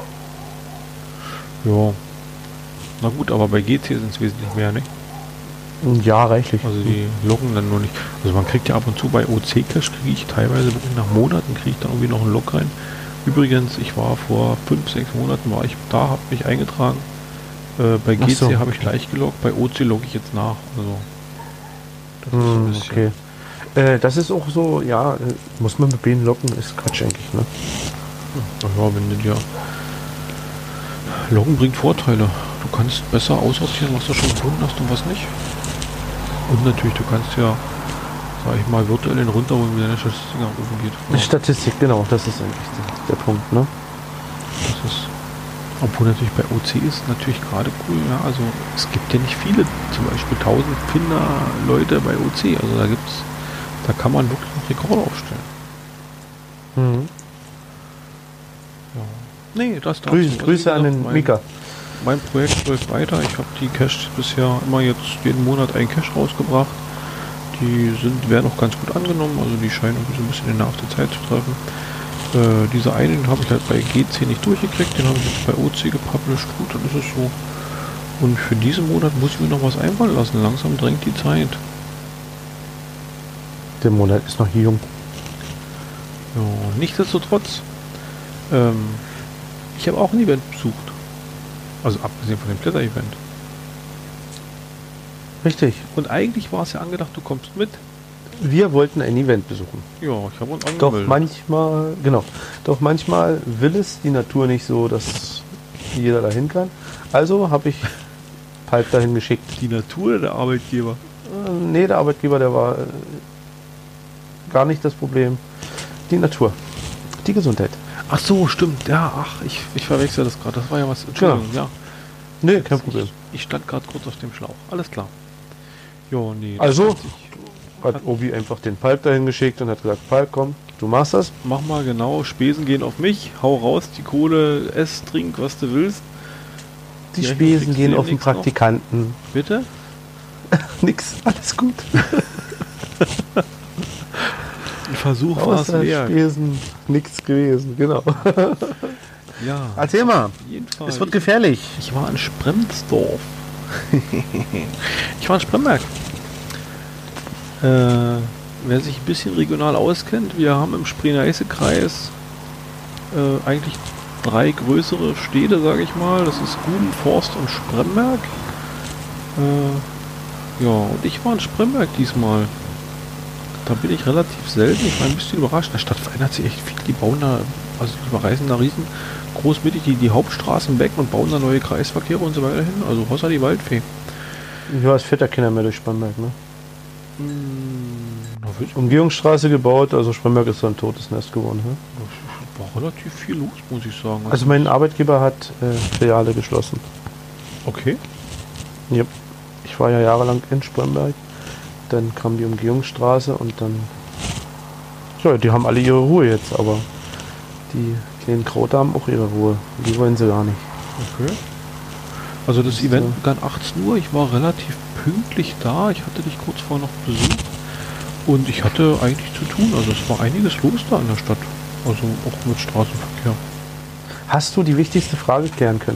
Ja. Na gut, aber bei G C sind es wesentlich mehr, nicht? Ja, reichlich. Also die loggen dann nur nicht. Also man kriegt ja ab und zu bei O C-Cache, kriege ich teilweise wirklich nach Monaten, kriege ich dann irgendwie noch einen Log rein. Übrigens, ich war vor fünf, sechs Monaten, war ich da, habe mich eingetragen. Äh, bei G C so, habe ich gleich geloggt, bei O C logge ich jetzt nach. Also das hm, ist so ein bisschen. Okay. Äh, das ist auch so, ja, muss man mit B loggen, ist Quatsch eigentlich, ne? Ja, wenn du dir Loggen bringt Vorteile. Du kannst besser aussortieren, was du schon gefunden hast und was nicht. Und natürlich, du kannst ja, sag ich mal, virtuell den runterholen, wie deine Statistik nach oben geht. Ja. Statistik, genau, das ist eigentlich der, der Punkt, ne? Das ist, obwohl natürlich bei O C ist natürlich gerade cool, ja, also es gibt ja nicht viele, zum Beispiel tausend Finder-Leute bei O C, also da gibt's, da kann man wirklich einen Rekord aufstellen. Mhm. Ja. Nee, das darf Grüße, also Grüße an den Mika. Mein Projekt läuft weiter. Ich habe die Caches bisher immer jetzt jeden Monat einen Cache rausgebracht. Die sind, werden auch ganz gut angenommen, also die scheinen irgendwie so ein bisschen in der After Zeit zu treffen. Äh, diese einen habe ich halt bei G C nicht durchgekriegt, den habe ich jetzt bei O C gepublished. Gut, dann ist es so. Und für diesen Monat muss ich mir noch was einfallen lassen. Langsam drängt die Zeit. Der Monat ist noch jung. Ja, nichtsdestotrotz, ähm, ich habe auch ein Event besucht. Also abgesehen von dem Kletter-Event. Richtig. Und eigentlich war es ja angedacht, du kommst mit. Wir wollten ein Event besuchen. Ja, ich habe uns angemeldet. Doch manchmal, genau, doch manchmal will es die Natur nicht so, dass jeder dahin kann. Also habe ich Palp dahin geschickt. Die Natur oder der Arbeitgeber? Äh, nee, der Arbeitgeber, der war äh, gar nicht das Problem. Die Natur. Die Gesundheit. Ach so, stimmt. Ja, ach, ich, ich verwechsel das gerade. Das war ja was. Entschuldigung, ja. ja. Nee, kein Problem. Ich, ich stand gerade kurz auf dem Schlauch. Alles klar. Jo, nee. Also hat, hat Obi einfach den Palp dahin geschickt und hat gesagt, Palp, komm, du machst das. Mach mal genau. Spesen gehen auf mich. Hau raus die Kohle, ess, trink, was du willst. Die, die Spesen gehen auf den Praktikanten. Noch. Bitte? Nix, alles gut. Ein Versuch war es wert. Spesen, nichts gewesen, genau. Ja. Erzähl mal. Es wird gefährlich. Ich, ich war in Spremsdorf. Ich war in Spremberg. Äh, wer sich ein bisschen regional auskennt, wir haben im Spree-Neiße-Kreis äh, eigentlich drei größere Städte, sage ich mal. Das ist Guben, Forst und Spremberg. Äh, ja, und ich war in Spremberg diesmal. Da bin ich relativ selten. Ich war ein bisschen überrascht. In der Stadt verändert sich echt viel. Die bauen da, also die überreißen da riesen großmittig die, die Hauptstraßen weg und bauen da neue Kreisverkehre und so weiter hin. Also außer die Waldfee. Ja, es fährt ja keiner mehr durch Spremberg, ne? Hm, Umgehungsstraße gebaut, also Spremberg ist so ein totes Nest geworden, ne? war relativ viel los, muss ich sagen. Also mein Arbeitgeber hat äh, Filiale geschlossen. Okay. Ja. Ich war ja jahrelang in Spremberg. Dann kam die Umgehungsstraße und dann... Ja, die haben alle ihre Ruhe jetzt, aber die kleinen Krauter haben auch ihre Ruhe. Die wollen sie gar nicht. Okay. Also das, das Event so. begann achtzehn Uhr. Ich war relativ pünktlich da. Ich hatte dich kurz vorher noch besucht. Und ich hatte eigentlich zu tun. Also es war einiges los da in der Stadt. Also auch mit Straßenverkehr. Hast du die wichtigste Frage klären können?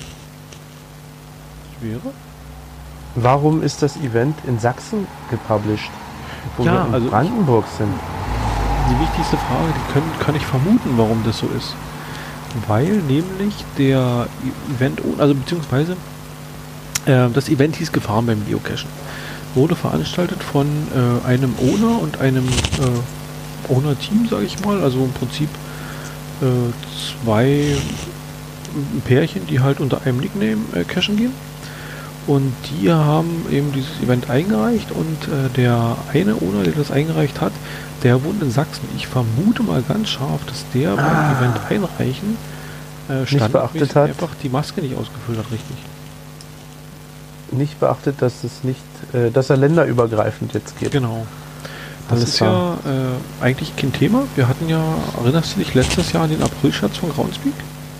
Das wäre? Warum ist das Event in Sachsen gepublished, wo ja, wir in also Brandenburg sind? Die wichtigste Frage, die können, kann ich vermuten, warum das so ist. Weil nämlich der Event, also beziehungsweise äh, das Event hieß Gefahren beim Geocachen. Wurde veranstaltet von äh, einem Owner und einem äh, Owner-Team, sage ich mal. Also im Prinzip äh, zwei Pärchen, die halt unter einem Nickname äh, cachen gehen. Und die haben eben dieses Event eingereicht und äh, der eine Owner, der das eingereicht hat, der wohnt in Sachsen. Ich vermute mal ganz scharf, dass der ah. beim Event einreichen äh, nicht beachtet hat, einfach die Maske nicht ausgefüllt hat, richtig. Nicht beachtet, dass es nicht, äh, dass er länderübergreifend jetzt geht. Genau. Das Alles ist klar. ja äh, eigentlich kein Thema. Wir hatten ja, erinnerst du dich, letztes Jahr den Aprilscherz von Groundspeak?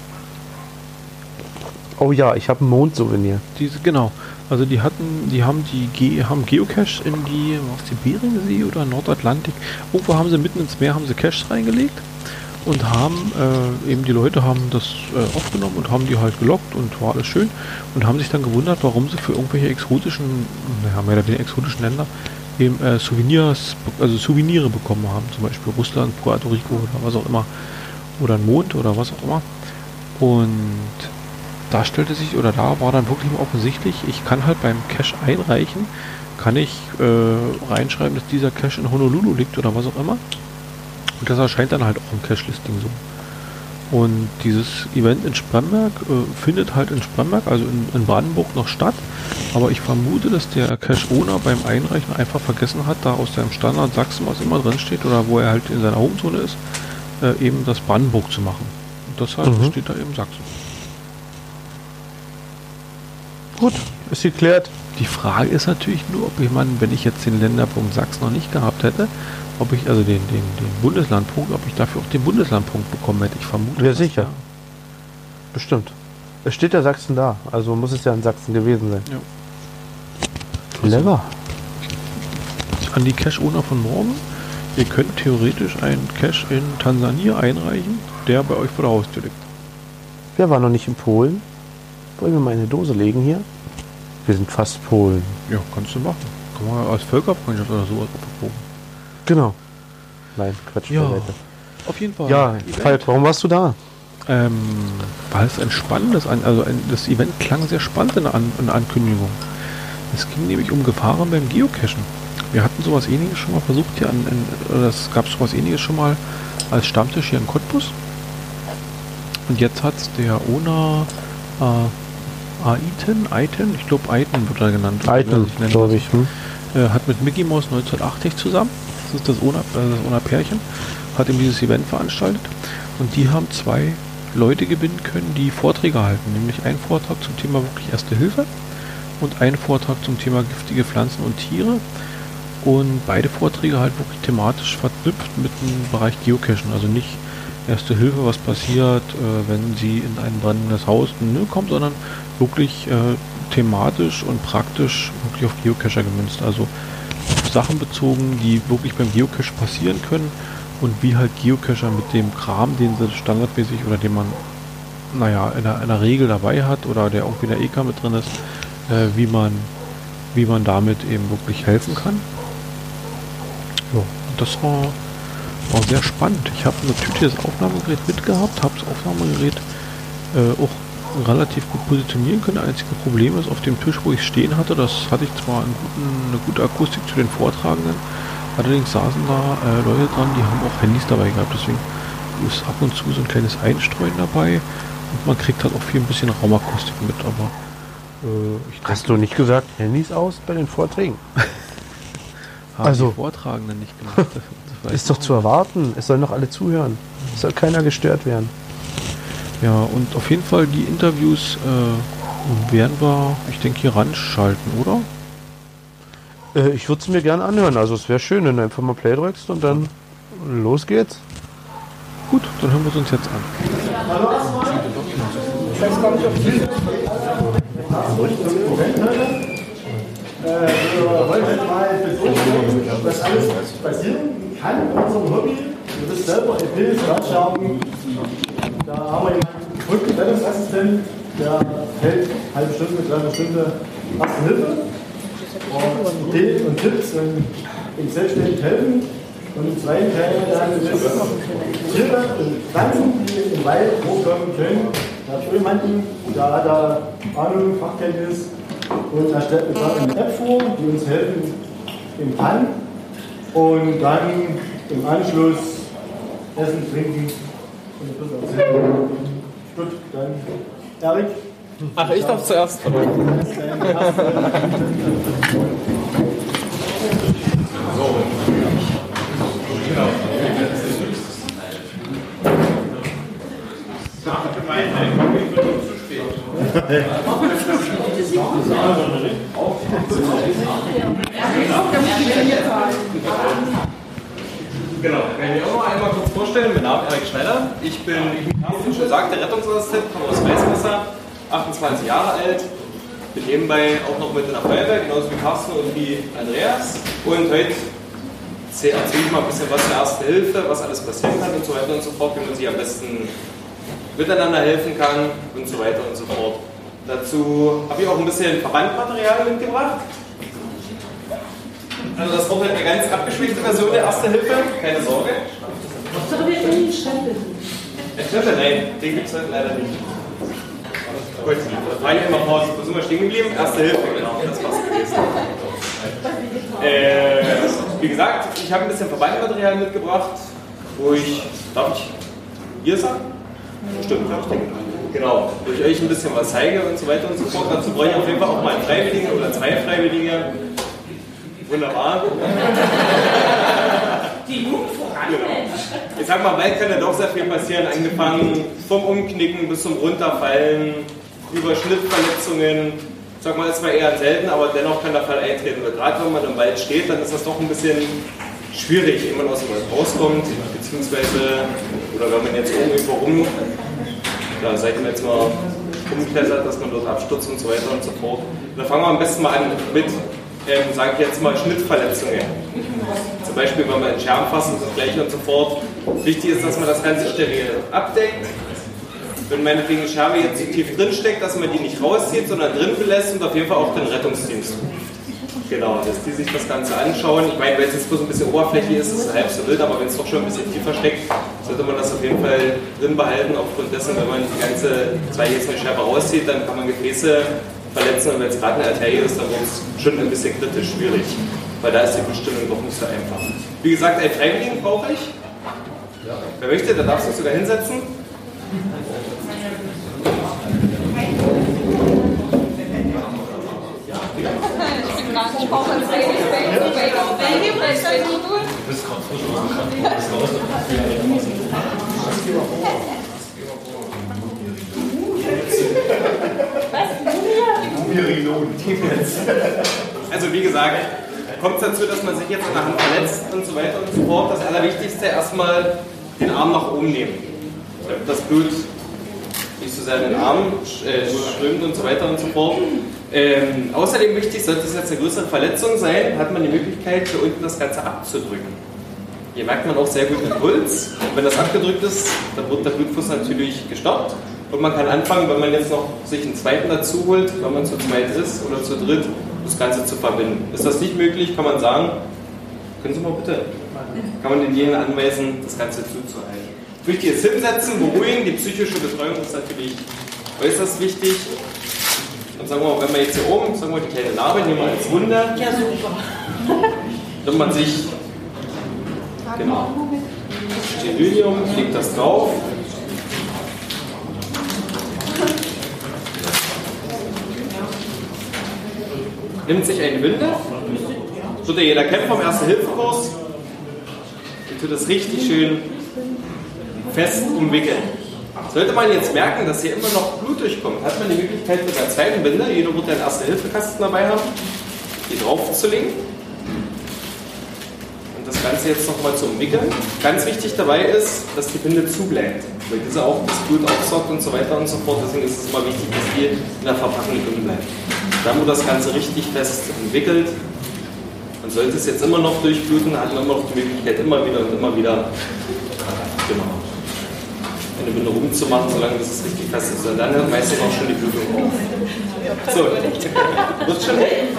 Oh ja, ich habe ein Mondsouvenir. Diese, genau. Also die hatten, die haben die Ge haben Geocache in die, was die Beringsee oder Nordatlantik. Irgendwo haben sie mitten ins Meer haben sie Caches reingelegt und haben äh, eben die Leute haben das äh, aufgenommen und haben die halt gelockt und war alles schön und haben sich dann gewundert, warum sie für irgendwelche exotischen, naja, mehr oder weniger exotischen Länder eben äh, Souvenirs, also Souvenire bekommen haben, zum Beispiel Russland, Puerto Rico oder was auch immer oder ein Mond oder was auch immer. Und da stellte sich, oder da war dann wirklich offensichtlich, ich kann halt beim Cache einreichen, kann ich äh, reinschreiben, dass dieser Cache in Honolulu liegt oder was auch immer. Und das erscheint dann halt auch im Cache-Listing so. Und dieses Event in Spremberg äh, findet halt in Spremberg, also in, in Brandenburg noch statt. Aber ich vermute, dass der Cache-Owner beim Einreichen einfach vergessen hat, da aus seinem Standard Sachsen, was immer drin steht, oder wo er halt in seiner Homezone ist, äh, eben das Brandenburg zu machen. Und deshalb mhm. steht da eben Sachsen. Gut, ist geklärt. Die Frage ist natürlich nur, ob jemand, wenn ich jetzt den Länderpunkt Sachsen noch nicht gehabt hätte, ob ich, also den, den, den Bundeslandpunkt, ob ich dafür auch den Bundeslandpunkt bekommen hätte. Ich vermute. Ja, sicher. Ja. Bestimmt. Es steht ja Sachsen da, also muss es ja in Sachsen gewesen sein. Ja. Clever. Also, an die Cache-Owner von morgen, ihr könnt theoretisch einen Cache in Tansania einreichen, der bei euch vor der Haustür liegt. Wer war noch nicht in Polen? Wollen wir mal eine Dose legen hier? Wir sind fast Polen. Ja, kannst du machen. Kann man als Völkerfreundschaft oder sowas verproben. Genau. Nein, Quatsch. Ja, auf jeden Fall. Ja, Falk, warum warst du da? Ähm, weil es ein spannendes, also ein, das Event klang sehr spannend in der, An in der Ankündigung. Es ging nämlich um Gefahren beim Geocachen. Wir hatten sowas ähnliches schon mal versucht hier an, in, oder es gab sowas ähnliches schon mal als Stammtisch hier in Cottbus. Und jetzt hat der Owner äh, Aiten, Aiten, ich glaube Aiten wird er genannt. Aiten, glaube ich. Hm? Äh, hat mit Mickey Mouse neunzehnhundertachtzig zusammen, das ist das Owner, äh, das Owner Pärchen, hat ihm dieses Event veranstaltet. Und die haben zwei Leute gewinnen können, die Vorträge halten. Nämlich einen Vortrag zum Thema wirklich Erste Hilfe und einen Vortrag zum Thema giftige Pflanzen und Tiere. Und beide Vorträge halt wirklich thematisch verknüpft mit dem Bereich Geocachen. Also nicht Erste Hilfe, was passiert, äh, wenn sie in ein brennendes Haus ne, kommt, sondern wirklich äh, thematisch und praktisch wirklich auf Geocacher gemünzt. Also auf Sachen bezogen, die wirklich beim Geocache passieren können und wie halt Geocacher mit dem Kram, den sie standardmäßig oder den man naja, in der, in der Regel dabei hat oder der irgendwie in der E K mit drin ist, äh, wie man wie man damit eben wirklich helfen kann. Ja, das war War sehr spannend. Ich habe natürlich das Aufnahmegerät mitgehabt, habe das Aufnahmegerät äh, auch relativ gut positionieren können. Das einzige Problem ist, auf dem Tisch, wo ich stehen hatte, das hatte ich zwar einen guten, eine gute Akustik zu den Vortragenden, allerdings saßen da äh, Leute dran, die haben auch Handys dabei gehabt. Deswegen ist ab und zu so ein kleines Einstreuen dabei und man kriegt halt auch viel ein bisschen Raumakustik mit. Aber äh, ich hast du nicht gesagt, Handys aus bei den Vorträgen? haben also die Vortragenden nicht gemacht. Ist doch zu erwarten. Es sollen doch alle zuhören. Es soll keiner gestört werden. Ja, und auf jeden Fall die Interviews äh, werden wir, ich denke, hier ranschalten, oder? Äh, ich würde es mir gerne anhören. Also es wäre schön, wenn du einfach mal Play drückst und dann los geht's. Gut, dann hören wir es uns jetzt an. Hallo erstmal. Ich weiß gar nicht, ob Sie wir wollen heute mal betonen, was alles passieren kann in unserem Hobby. Wir wissen selber, ein Bild, Startscherben. Da haben wir jemanden gefunden, einen Rettungsassistent, der hält eine halbe Stunde, eine kleine Stunde Erste Hilfe. Und Ideen und Tipps und im selbstständig helfen. Und im zweiten Teil dann ist Tiere und Pflanzen, die im Wald hochkommen können. Da habe ich jemanden, der hat da Ahnung, Fachkenntnis. Und er stellt uns eine App vor, die uns helfen im Pan. Und dann im Anschluss Essen, Trinken und ein bisschen erzählen. Gut, dann Erik. Ach, ich darf zuerst. So. Genau, ich kann mich auch noch einmal kurz vorstellen. Mein Name ist Erik Schneider. Ich bin, wie schon gesagt, der Rettungsassistent, komme aus Weißwasser, achtundzwanzig Jahre alt. Bin nebenbei auch noch mit in der Feuerwehr, genauso wie Carsten und wie Andreas. Und heute erzähle ich mal ein bisschen was zur Erste Hilfe, was alles passieren kann und so weiter und so fort, wie man sich am besten miteinander helfen kann und so weiter und so fort. Dazu habe ich auch ein bisschen Verbandmaterial mitgebracht. Also das wird eine ganz abgeschwächte Version der Erste Hilfe, keine Sorge. Doch wir können den Stempel. Der Stempel? Nein, den gibt es heute leider nicht. Gut, da war ich immer vor, wo sind wir stehen geblieben? Erste Hilfe, genau, das war's gewesen. Äh, wie gesagt, ich habe ein bisschen Verbandmaterial mitgebracht, wo ich, darf ich hier sagen? Stimmt, ja, ich denke. Genau, wo ich euch ein bisschen was zeige und so weiter und so fort. Dazu brauche ich auf jeden Fall auch mal einen Freiwilligen oder zwei Freiwillige. Wunderbar. Die Jugend voran. Genau. Ich sag mal, bald kann ja doch sehr viel passieren, angefangen vom Umknicken bis zum Runterfallen, über Schnittverletzungen. Ich sag mal, ist zwar eher selten, aber dennoch kann der Fall eintreten. Weil gerade wenn man im Wald steht, dann ist das doch ein bisschen schwierig, wenn man aus dem Wald rauskommt, beziehungsweise, oder wenn man jetzt irgendwo rum, da seid ihr jetzt mal rumklettert, dass man dort abstürzt und so weiter und so fort. Da fangen wir am besten mal an mit, ähm, sage ich jetzt mal, Schnittverletzungen. Zum Beispiel, wenn man in Scherben fasst und das gleiche und so fort. Wichtig ist, dass man das Ganze steril abdeckt. Wenn meinetwegen eine Scherbe jetzt zu tief drin steckt, dass man die nicht rauszieht, sondern drin belässt und auf jeden Fall auch den Rettungsdienst. Genau, dass die sich das Ganze anschauen. Ich meine, wenn es jetzt bloß ein bisschen oberflächlich ist, ist es halb so wild, aber wenn es doch schon ein bisschen tiefer steckt, sollte man das auf jeden Fall drin behalten. Aufgrund dessen, wenn man die ganze zwei jetzt eine Scherbe rauszieht, dann kann man Gefäße verletzen und wenn es gerade eine Arterie ist, dann wird es schon ein bisschen kritisch schwierig, weil da ist die Bestimmung doch nicht so einfach. Wie gesagt, einen Freiwilligen brauche ich. Wer möchte, der darf sich sogar hinsetzen. Ich brauche ein Baby, Baby, Baby, Baby, Du bist gerade frisch aus dem Krankenhaus raus. Also wie gesagt, kommt es dazu, dass man sich jetzt an der Hand verletzt und so weiter und so fort. Das Allerwichtigste erstmal den Arm nach oben nehmen. Damit das Blut nicht so sehr in den Arm äh, strömt und so weiter und so fort. Ähm, außerdem wichtig, sollte es jetzt eine größere Verletzung sein, hat man die Möglichkeit, hier unten das Ganze abzudrücken. Hier merkt man auch sehr gut den Puls. Und wenn das abgedrückt ist, dann wird der Blutfluss natürlich gestoppt. Und man kann anfangen, wenn man jetzt noch sich einen zweiten dazu holt, wenn man zu zweit ist oder zu dritt, das Ganze zu verbinden. Ist das nicht möglich, kann man sagen, können Sie mal bitte, kann man denjenigen anweisen, das Ganze zuzuhalten. Wichtig ist hinsetzen, beruhigen, die psychische Betreuung ist natürlich äußerst wichtig. Und sagen wir mal, wenn wir jetzt hier oben, sagen wir die kleine Narbe, nehmen wir als Wunde. Ja, super. Wenn man sich, genau, Sterilium, legt das drauf. Nimmt sich eine Winde, so der jeder kennt vom Erste-Hilfe-Kurs. Ich tue das richtig schön fest umwickeln. Sollte man jetzt merken, dass hier immer noch Blut durchkommt, hat man die Möglichkeit mit der zweiten Binde, jeder wird einen Erste-Hilfe-Kasten dabei haben, die draufzulegen. Und das Ganze jetzt nochmal zu umwickeln. Ganz wichtig dabei ist, dass die Binde zubleibt, weil diese auch das Blut aufsaugt und so weiter und so fort. Deswegen ist es immer wichtig, dass die in der Verpackung drin bleibt. Dann wird das Ganze richtig fest umwickelt. Und sollte es jetzt immer noch durchbluten, hat man immer noch die Möglichkeit, immer wieder und immer wieder genau, eine Binde rumzumachen, solange bis es richtig fest ist. Und dann hört meistens auch schon die Blutung auf. So, wird schon weg.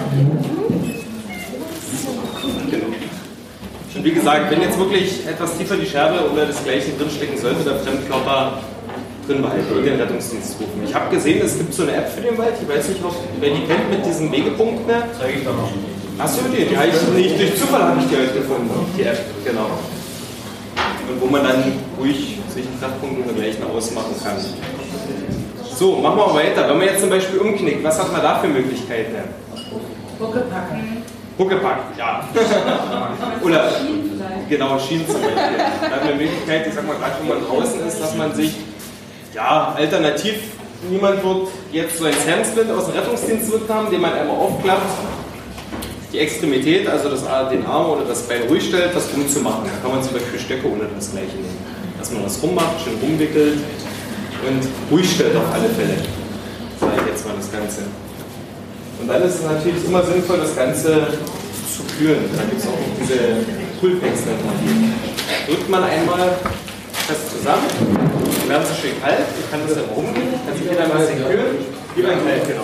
Genau. Und wie gesagt, wenn jetzt wirklich etwas tiefer die Scherbe oder das Gleiche drinstecken sollte, der Fremdkörper drin behalten und den Rettungsdienst rufen. Ich habe gesehen, es gibt so eine App für den Wald, ich weiß nicht, ob wer die kennt mit diesen Wegepunkten. Zeige ich da noch. Hast du die? Die habe ich nicht, durch Zufall habe ich die heute gefunden, die App, genau. Und wo man dann ruhig sich einen Treffpunkt und dergleichen ausmachen kann. So, machen wir weiter. Wenn man jetzt zum Beispiel umknickt, was hat man da für Möglichkeiten? Huckepack. Huckepack, ja. Oder, genau, Schienen zum Beispiel. Da hat man eine Möglichkeit, ich sag mal, gerade wenn man draußen ist, dass man sich, ja, alternativ, niemand wird jetzt so ein Samsplint aus dem Rettungsdienst zurückhaben, den man einmal aufklappt, die Extremität, also das, den Arm oder das Bein ruhig stellt, das rumzumachen. Da kann man zum Beispiel Stöcke oder das Gleiche nehmen. Dass man das rummacht, schön rumwickelt und ruhig stellt auf alle Fälle. Sage ich jetzt mal das Ganze. Und dann ist es natürlich immer sinnvoll, das Ganze zu kühlen. Da gibt es auch noch diese Coolpacks, nennt man die. Drückt man einmal fest zusammen, dann werden sie schön kalt, ich kann das dann rumgehen, dann sieht wieder ein bisschen kühlen. Wie beim Kalt, genau.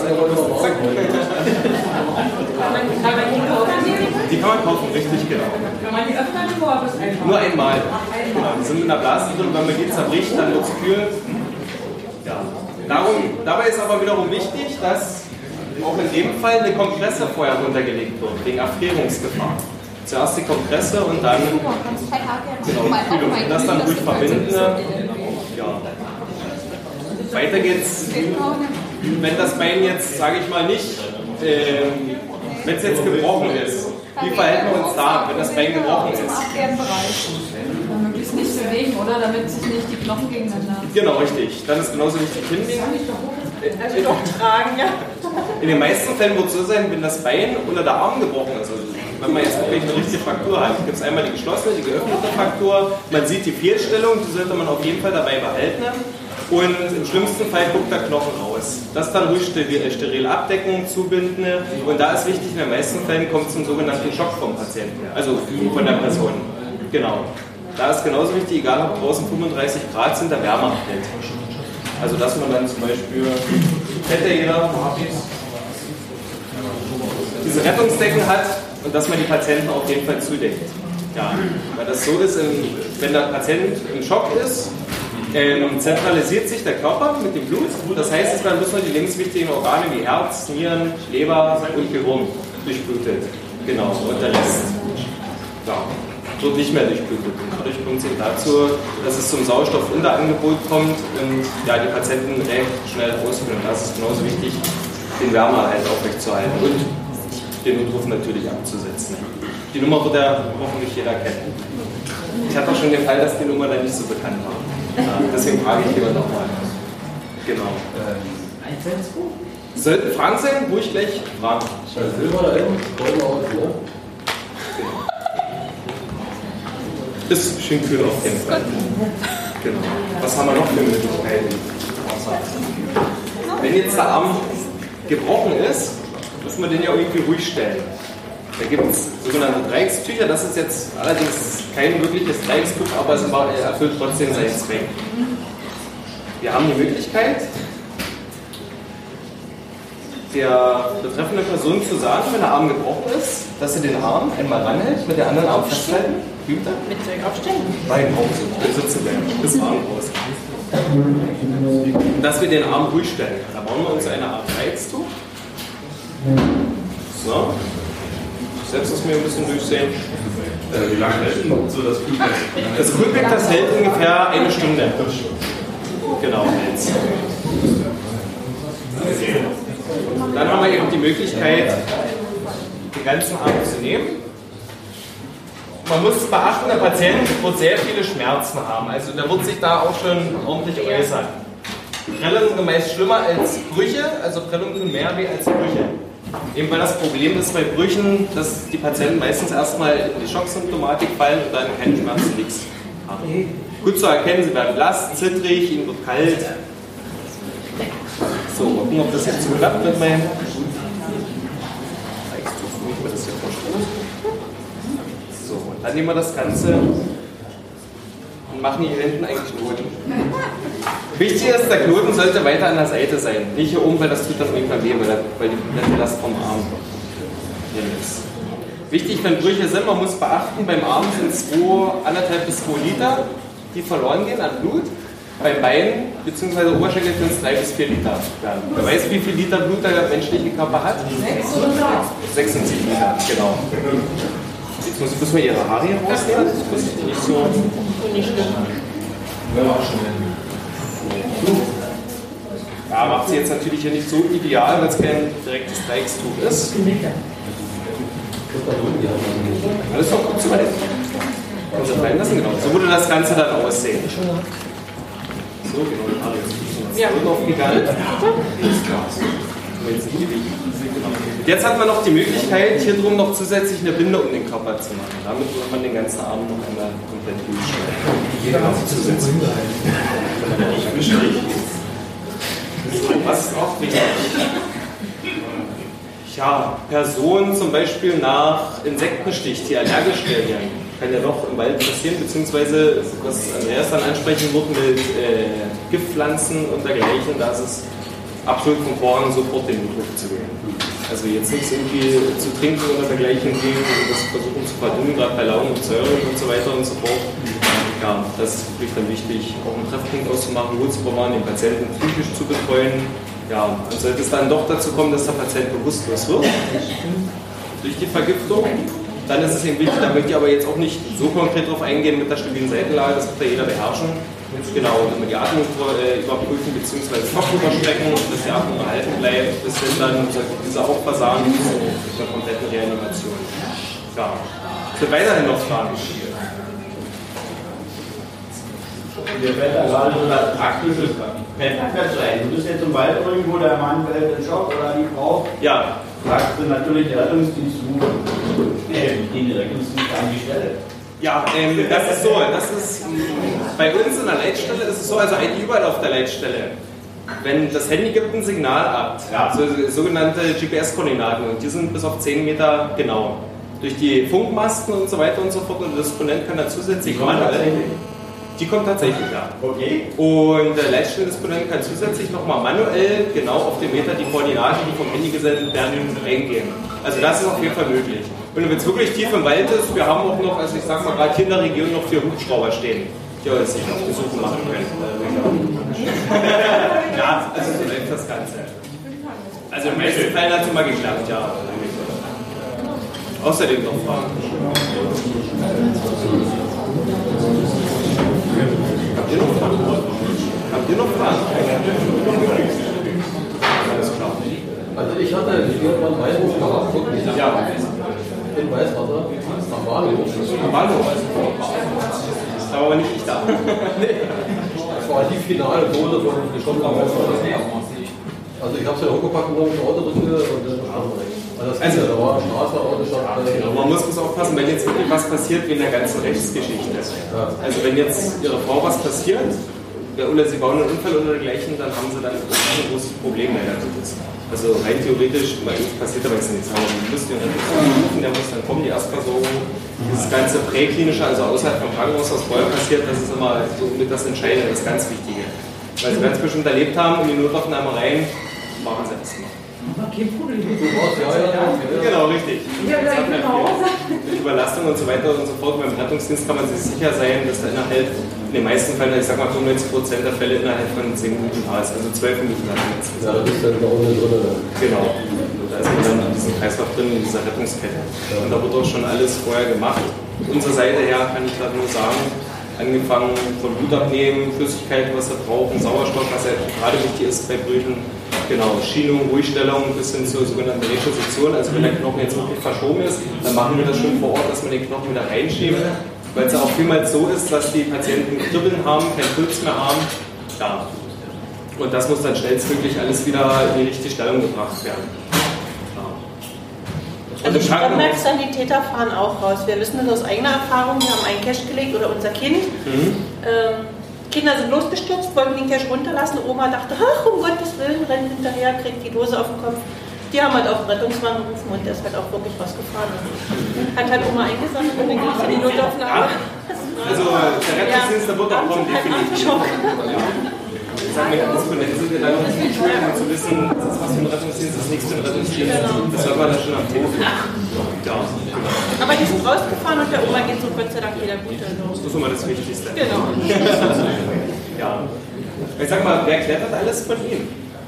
Die kann man kaufen, richtig, genau. Kann man die öffnen oder bis einmal? Nur einmal. Genau. Die sind in der Blase drin, wenn man die zerbricht, dann wird es kühl. Ja. Darum, dabei ist aber wiederum wichtig, dass auch in dem Fall eine Kompresse vorher runtergelegt wird, wegen Erfrierungsgefahr. Zuerst die Kompresse und dann genau, die Kühlung. Und das dann ruhig verbinden. Ja. Weiter geht's, wenn das Bein jetzt, sage ich mal nicht, äh, wenn es jetzt gebrochen ist. Wie verhalten wir uns da, wenn das Bein gebrochen ist? Dann möglichst nicht bewegen, oder? Damit sich nicht die Knochen gegeneinander. Genau, richtig. Dann ist genauso wichtig hinlegen. Also doch tragen, ja. In den meisten Fällen wird es so sein, wenn das Bein oder der Arm gebrochen ist. Also wenn man jetzt wirklich eine richtige Fraktur hat, gibt es einmal die geschlossene, die geöffnete Fraktur. Man sieht die Fehlstellung, die sollte man auf jeden Fall dabei behalten. Und im schlimmsten Fall guckt der Knochen raus. Das dann ruhig steril, steril abdecken, zubinden. Und da ist wichtig, in den meisten Fällen kommt es zum sogenannten Schock vom Patienten, also von der Person. Genau. Da ist genauso wichtig, egal ob draußen fünfunddreißig Grad sind, der Wärme abhält. Also dass man dann zum Beispiel, kennt ja jeder, diese Rettungsdecken hat und dass man die Patienten auf jeden Fall zudeckt. Ja, weil das so ist, wenn der Patient im Schock ist, Ähm, zentralisiert sich der Körper mit dem Blut. Das heißt, es werden bloß nur die lebenswichtigen Organe wie Herz, Nieren, Leber und Gehirn durchblutet. Genau, und der Rest ja, wird nicht mehr durchblutet. Und dadurch kommt es eben dazu, dass es zum Sauerstoffunterangebot kommt und ja, die Patienten recht schnell ausfüllen. Und das ist genauso wichtig, den Wärmeerhalt aufrechtzuerhalten und den Notruf natürlich abzusetzen. Die Nummer wird ja hoffentlich jeder kennen. Ich hatte auch schon den Fall, dass die Nummer dann nicht so bekannt war. Ja, deswegen frage ich lieber nochmal. Genau. Sollten Fragen sein, wo ich gleich fragen. Ist schön kühl auf jeden Fall. Genau. Was haben wir noch für Möglichkeiten? Wenn jetzt der Arm gebrochen ist, muss man den ja irgendwie ruhig stellen. Da gibt es sogenannte Dreieckstücher, das ist jetzt allerdings kein wirkliches Dreieckstuch, aber es erfüllt trotzdem seinen Zweck. Wir haben die Möglichkeit, der betreffenden Person zu sagen, wenn der Arm gebrochen ist, dass sie den Arm einmal ranhält, mit der anderen Arm festhalten. Wie bitte? Mit Zeug aufstehen. Bein aufsitzen, sitzen bleiben, bis Arm raus. Dass wir den Arm ruhig stellen. Da bauen wir uns eine Art Dreieckstuch. So. Selbst das mir ein bisschen durchsehen. Wie lange hält so das Coolpack? Das Coolpack, das hält ungefähr eine Stunde. Genau, hält's. Dann haben wir eben die Möglichkeit, den ganzen Arm zu nehmen. man muss beachten, der Patient wird sehr viele Schmerzen haben. Also der wird sich da auch schon ordentlich äußern. Prellungen sind meist schlimmer als Brüche, also Prellungen tun mehr weh als Brüche. Eben weil das Problem ist bei Brüchen, dass die Patienten meistens erstmal in die Schocksymptomatik fallen und dann keine Schmerzen, nichts haben. Gut zu erkennen, sie werden blass, zittrig, ihnen wird kalt. So, mal gucken, ob das jetzt so klappt mit meinem. So, und dann nehmen wir das Ganze und machen hier hinten eigentlich Knoten. Wichtig ist, der Knoten sollte weiter an der Seite sein. Nicht hier oben, weil das tut dann irgendwann weh, weil, weil die komplette Last vom Arm hier ist. Wichtig, wenn Brüche sind, man muss beachten, beim Arm sind es anderthalb bis zwei Liter, die verloren gehen an Blut. Beim Bein bzw. Oberschenkel sind es drei bis vier Liter werden. Wer weiß, wie viel Liter Blut der menschliche Körper hat? sechsundsiebzig Liter, genau. Jetzt muss ich bloß mal ihre Haare hier rausnehmen. Das ist nicht so. Ja, macht sie jetzt natürlich hier nicht so ideal, weil es kein direktes Dreieckstuch ist. Alles noch gut zu weit. Kannst du fallen lassen? Genau. So würde das Ganze dann aussehen. So, genau, die Haare jetzt ja. So aufgegangen. Jetzt hat man noch die Möglichkeit, hier drum noch zusätzlich eine Binde um den Körper zu machen. Damit wird man den ganzen Arm noch einmal komplett durchschneiden. Jeder hat sich zusätzlich. Was ist auch wichtig? Ja, Personen zum Beispiel nach Insektenstich, die allergisch reagieren. Kann ja doch im Wald passieren, beziehungsweise, was Andreas dann ansprechen wird, mit äh, Giftpflanzen und dergleichen, da ist es absolut vom Vorrang, sofort den Notruf zu gehen. Also jetzt nichts irgendwie zu trinken oder dergleichen gehen, also das versuchen zu verdünnen, gerade bei Laugen und Säuren und so weiter und so fort. Ja, das ist wirklich dann wichtig, auch einen Treffpunkt auszumachen, Ruhe zu bewahren, den Patienten psychisch zu betreuen. Ja, und sollte es dann doch dazu kommen, dass der Patient bewusstlos wird, durch die Vergiftung, dann ist es eben wichtig, da möchte ich aber jetzt auch nicht so konkret drauf eingehen mit der stabilen Seitenlage, das wird ja jeder beherrschen. Genau, und immer die Atmung äh, überprüfen bzw. Kopf überstrecken, dass die Atmung erhalten bleibt, bis hin dann diese auch versagen mit der kompletten Reanimation. Ja, es wird weiterhin noch Fragen. Wir werden gerade so das praktische Pennerfett rein. Du bist jetzt im Wald irgendwo, der Mann fällt in Schock oder die Frau. Ja. Fragst du natürlich den Rettungsdienst rufen. Nee, den Rettungsdienst an die Stelle. Ja, ähm, das ist so. Das ist, bei uns in der Leitstelle ist es so, also eigentlich überall auf der Leitstelle. Wenn das Handy gibt ein Signal ab, ja. so, sogenannte G P S-Koordinaten, und die sind bis auf zehn Meter genau. Durch die Funkmasten und so weiter und so fort, und der Disponent kann da zusätzlich manuell. Die kommt tatsächlich, ja. Okay. Und der Leitstellendisponent kann zusätzlich nochmal manuell genau auf den Meter die Koordinaten, die vom Handy gesendet werden, eingeben. Also das ist auf jeden Fall möglich. Und wenn es wirklich tief im Wald ist, wir haben auch noch, also ich sag mal gerade hier in der Region noch vier Hubschrauber stehen, die sich auf die Suche machen können. Ja, also so läuft das Ganze. Also in meisten Fällen hat es immer geklappt, ja. Außerdem noch Fragen. Habt ihr noch Fragen? Habt ihr noch Fragen? Alles klar. Also ich hatte irgendwann Weißwurst gehabt, wirklich. Ja. In Weißwasser, am Bahnhof. Am Bahnhof? Da war aber nicht ich da. Nee. Das war die finale Dose von geschossen am Weißwasser. Also ich habe es ja hochgepackt und im Auto drin und dann stand es. Also das also, da war eine Straße, Auto stand. Ja, man muss bloß aufpassen, wenn jetzt wirklich was passiert wie in der ganzen Rechtsgeschichte. Ja. Also wenn jetzt Ihre Frau was passiert, oder Sie bauen einen Unfall oder dergleichen, dann haben Sie dann ein großes Problem, wenn er tot ist. Also rein theoretisch, eigentlich passiert aber jetzt nichts. Aber wir müssen den rufen, der muss dann kommen, die Erstversorgung. Dieses ganze Präklinische, also außerhalb vom Krankenhaus, was vorher passiert, das ist immer so mit das Entscheidende, das ganz Wichtige. Weil Sie ganz bestimmt erlebt haben, in die Notaufnahme rein, machen Sie das immer. Okay, Problem. Genau, richtig. Ja, das hat genau. Durch Überlastung und so weiter und so fort. Beim Rettungsdienst kann man sich sicher sein, dass er innerhalb, in den meisten Fällen, ich sag mal fünfundneunzig Prozent der Fälle innerhalb von zehn Minuten da ist. Also zwölf Minuten hat man jetzt. Ja, das ist dann da unten drin. Genau. Da ist man dann in diesem Kreislauf drin, in dieser Rettungskette. Und da wird auch schon alles vorher gemacht. Von unserer Seite her kann ich da nur sagen, angefangen von Blut abnehmen, Flüssigkeit, was wir brauchen, Sauerstoff, was ja gerade wichtig ist bei Brüchen, Genau, Schienung, Ruhigstellung bis hin zur sogenannten Reposition. Also wenn der Knochen jetzt wirklich verschoben ist, dann machen wir das schon vor Ort, dass wir den Knochen wieder reinschieben. Weil es ja auch vielmals so ist, dass die Patienten Kribbeln haben, keinen Puls mehr haben. Ja. Und das muss dann schnellstmöglich alles wieder in die richtige Stellung gebracht werden. Ja. Also Streckmerksanitäter fahren auch raus. Wir wissen das aus eigener Erfahrung. Wir haben einen Cache gelegt oder unser Kind. Mhm. Ähm, Kinder sind losgestürzt, wollten den Cache runterlassen. Oma dachte, ach, um Gottes Willen, rennt hinterher, kriegt die Dose auf den Kopf. Die haben halt auf den Rettungswagen gerufen und der ist halt auch wirklich rausgefahren. Hat halt Oma eingesammelt und dann ging es in die Notaufnahme. Also der Rettungsdienst, der wird auch kommen, definitiv. Ich sage mir, Disponenten sind ja da noch nicht in Schule, um zu wissen, das ist was für ein Rettungsdienst, das ist nichts für ein Rettungsdienst. Das hört man dann schon am Telefon. Ja. Aber die sind rausgefahren und der Oma geht so Gott sei Dank wieder gut. Das ist immer das Wichtigste. Genau. Ja. Ich sag mal, wer klärt das alles von ihm?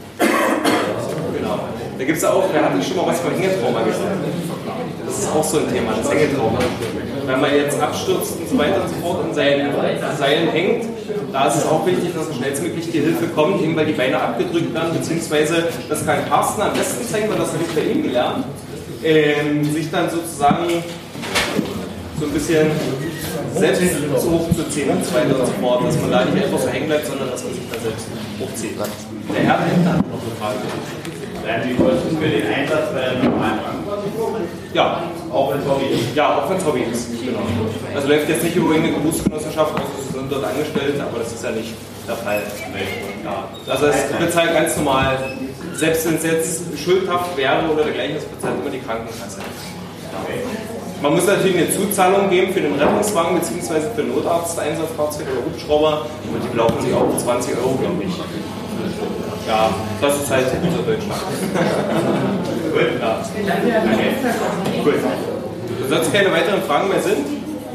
Genau. Da gibt es auch, wer hat nicht schon mal was von Hängetrauma gesagt? Das ist auch so ein Thema, das Hängetrauma. Wenn man jetzt abstürzt und so weiter und so fort in seinen Seilen hängt, da ist es auch wichtig, dass schnellstmöglich die Hilfe kommt, eben weil die Beine abgedrückt werden, beziehungsweise das kann Carsten am besten zeigen, weil das habe ich bei ihm gelernt, ähm, sich dann sozusagen so ein bisschen selbst so hochzuziehen und so weiter und so fort, dass man da nicht einfach so hängen bleibt, sondern dass man sich da selbst hochzieht. Der Herr dahinter hat noch eine Frage. Werden die Kosten für den Einsatz bei der normalen Krankenversicherung? Ja. Auch wenn es Hobby ist? Ja, auch wenn es Hobby ist, genau. Also läuft jetzt nicht über irgendeine Berufsgenossenschaft, also sie sind dort angestellt, aber das ist ja nicht der Fall. Ja. Also es bezahlt ganz normal, selbst wenn es jetzt schuldhaft wäre oder dergleichen, es bezahlt immer die Krankenkasse. Ja. Man muss natürlich eine Zuzahlung geben für den Rettungswagen bzw. für Notarzteinsatzfahrzeug oder Hubschrauber und die belaufen sich auch auf zwanzig Euro, glaube ich. Ja, das ist halt unser Deutschland. Gut, ja. Gut. Wenn sonst keine weiteren Fragen mehr sind?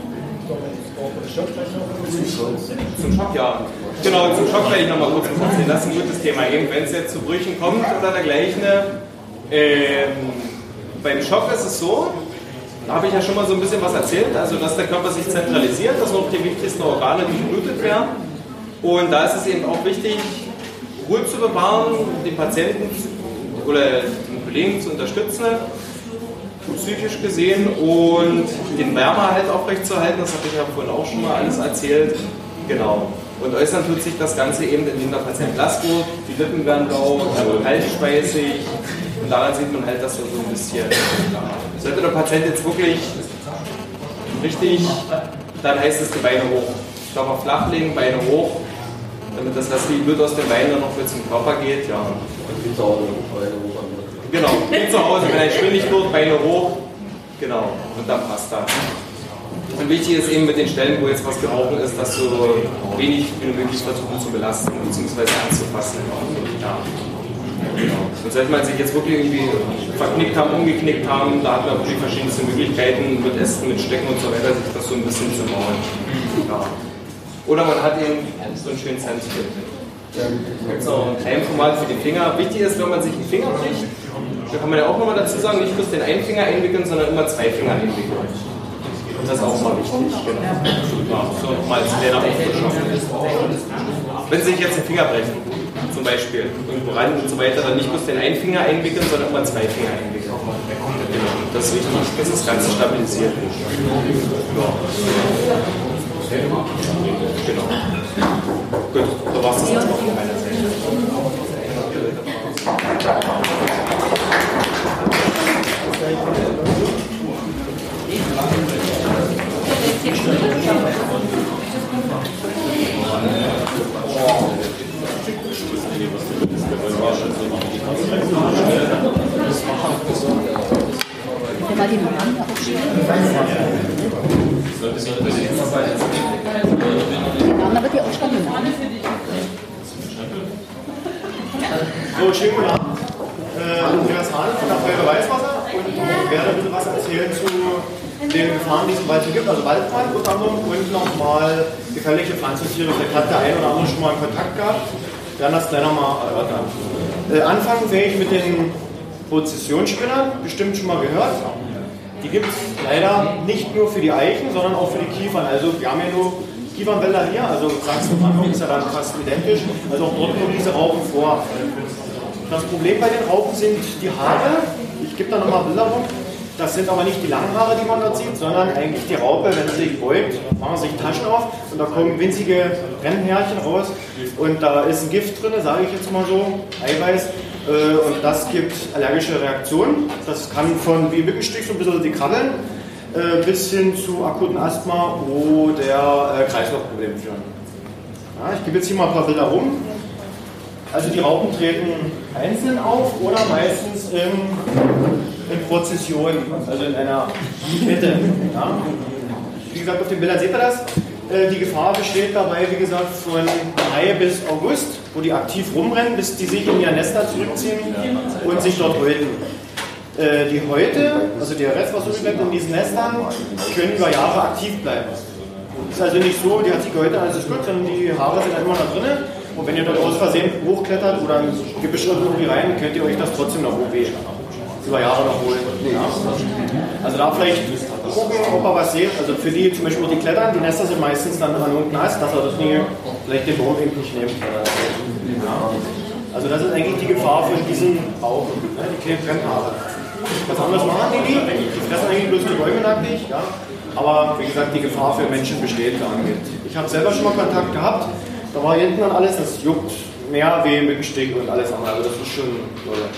Zum Schock, ja. Genau, zum Schock werde ich nochmal kurz was erzählen. Das ist ein gutes Thema. Eben, wenn es jetzt zu Brüchen kommt oder dergleichen. Ähm, beim Schock ist es so, da habe ich ja schon mal so ein bisschen was erzählt, also dass der Körper sich zentralisiert, dass auch die wichtigsten Organe durchblutet werden. Und da ist es eben auch wichtig, Ruhe zu bewahren, den Patienten oder den Kollegen zu unterstützen, psychisch gesehen, und den Wärmehalt aufrechtzuerhalten. Das habe ich ja vorhin auch schon mal alles erzählt. Genau. Und äußern tut sich das Ganze eben, indem der Patient blass wird, die Lippen werden rau, er wird kaltspeisig, und daran sieht man halt, dass er so ein bisschen. Sollte der Patient jetzt wirklich richtig, dann heißt es die Beine hoch. Körper flach legen, Beine hoch, damit das restliche Blut aus den Beinen dann noch wieder zum Körper geht. Ja. Und zu Hause Beine hoch. Genau, geht zu Hause, wenn er schwindig wird, Beine hoch. Genau, und dann passt das. Und wichtig ist eben mit den Stellen, wo jetzt was gebrochen ist, dass so wenig wie möglich versuchen zu belasten bzw. anzufassen. Ja. Genau. Und sollte man sich jetzt wirklich irgendwie verknickt haben, umgeknickt haben, da hat man wirklich verschiedenste Möglichkeiten mit Ästen, mit Stecken und so weiter, sich das so ein bisschen zu bauen. Ja. Oder man hat eben so einen schönen Sandstrip. Da gibt es auch ein Kleinformat für die Finger. Wichtig ist, wenn man sich den Finger bricht, da kann man ja auch nochmal dazu sagen, nicht bloß den einen Finger einwickeln, sondern immer zwei Finger einwickeln. Und das ist auch mal wichtig. Genau. Ja, so nochmal als kleiner Auffrischung. Wenn Sie sich jetzt den Finger brechen, zum Beispiel, irgendwo ran und so weiter, dann nicht bloß den einen Finger einwickeln, sondern immer zwei Finger einwickeln. Genau. Das ist wichtig, dass das Ganze stabilisiert wird. Ja. Genau. Gut, so war es das jetzt auch von meiner Seite. Wenn man die Namen da aufschreibt. Da wird die Ausstellung genannt. So, schönen guten Abend. Äh, Andreas Hahn von der Feuerwehr Weißwasser, und ich werde bitte was erzählen zu den Gefahren, die es im Wald hier gibt, also Waldbrand unter anderem, und nochmal gefährliche Pflanzentiere. Vielleicht hat der eine oder andere schon mal einen Kontakt gehabt. Wir werden das gleich nochmal erörtern. Äh, anfangen werde ich mit den Prozessionsspinnern, bestimmt schon mal gehört. Die gibt es leider nicht nur für die Eichen, sondern auch für die Kiefern. Also wir haben ja nur Kiefernwälder hier, also Sachsen-Brandenburg ist ja dann fast identisch, also auch dort kommen diese Raupen vor. Das Problem bei den Raupen sind die Haare. Ich gebe da nochmal Bilder rum. Das sind aber nicht die langen Haare, die man dort sieht, sondern eigentlich die Raupe, wenn sie sich beugt, machen sich Taschen auf und da kommen winzige Brennhärchen raus und da ist ein Gift drin, sage ich jetzt mal so, Eiweiß, äh, und das gibt allergische Reaktionen. Das kann von wie Mückenstich so ein bisschen die Krabbeln äh, bis hin zu akuten Asthma oder äh, Kreislaufproblemen führen. Ja, ich gebe jetzt hier mal ein paar Bilder rum. Also die Raupen treten einzeln auf oder meistens im in Prozession, also in einer Kette. Ja. Wie gesagt, auf den Bildern seht ihr das. Die Gefahr besteht dabei, wie gesagt, von Mai bis August, wo die aktiv rumrennen, bis die sich in ihr Nester zurückziehen und sich dort häuten. Die Häute, also der Rest, was übrig bleibt in diesen Nestern, können über Jahre aktiv bleiben. Es ist also nicht so, die hat sich gehäutet, alles ist gut, sondern die Haare sind halt immer noch drin. Und wenn ihr dort aus Versehen hochklettert oder ein Gebüsch irgendwie rein, könnt ihr euch das trotzdem noch hochwehen. Über Jahre noch holen. Ja. Also da vielleicht gucken, ob ihr was seht. Also für die zum Beispiel die klettern, die Nester sind meistens dann an unten nass, dass ihr das nie, vielleicht den Baum nicht nehmt. Ja. Also das ist eigentlich die Gefahr von diesen Raupen, ne? Die kleinen Brennhaare. Was anderes machen die nie, die fressen eigentlich bloß die Bäume nackig. Ja. Aber wie gesagt, die Gefahr für Menschen besteht da angeht. Ich habe selber schon mal Kontakt gehabt, da war hinten und alles, das juckt mehr wie Mückenstich und alles andere. Also das ist schon... Oder.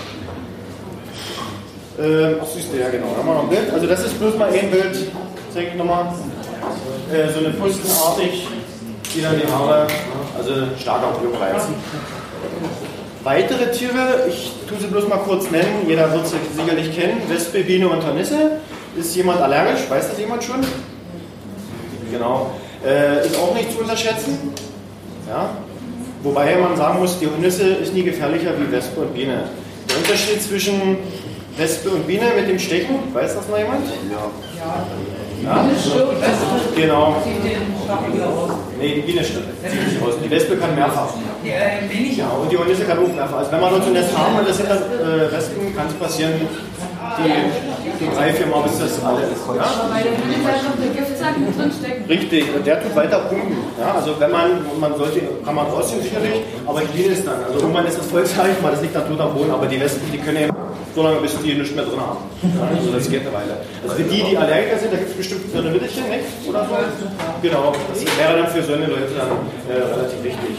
Ähm, ach, siehst du, ja genau, da haben wir noch ein Bild. Also das ist bloß mal ein Bild, zeige ich nochmal. Äh, so eine Pustenartig, die dann die Haare, also starker Blutreiz. Weitere Tiere, ich tue sie bloß mal kurz nennen, jeder wird sie sicherlich kennen. Wespe, Biene und Hornisse. Ist jemand allergisch? Weiß das jemand schon? Genau. Äh, ist auch nicht zu unterschätzen. Ja? Wobei man sagen muss, die Hornisse ist nie gefährlicher wie Wespe und Biene. Der Unterschied zwischen Wespe und Biene mit dem Stechen, weiß das noch jemand? Ja. Ja? Biene stirbt, Wespe genau. Zieht den Stachel wieder raus. Nee, die Biene stirbt, zieht sich raus. Die Wespe kann mehrfach. Ja, ja, und die Hornisse kann auch mehrfach. Also wenn man dort so ein Nest haben und das sind dann äh, Wespen, kann es passieren, die, die drei, vier Mal bis das alle ist. Ja? Aber bei der Biene ist noch der Giftsack mit drin stecken. Richtig, und der tut weiter pumpen. Ja? Also wenn man, man sollte, kann man rausziehen sicherlich, aber die Biene ist dann. Also irgendwann ist das voll, sag ich mal, das liegt dann tot am Boden, aber die Wespen, die können eben so lange, bis die nichts mehr drin haben. Ja, also das geht eine Weile. Also für die, die Allergiker sind, da gibt es bestimmt so eine Mittelchen, nicht? Oder so? Genau, das wäre dann für so eine Leute dann äh, relativ wichtig.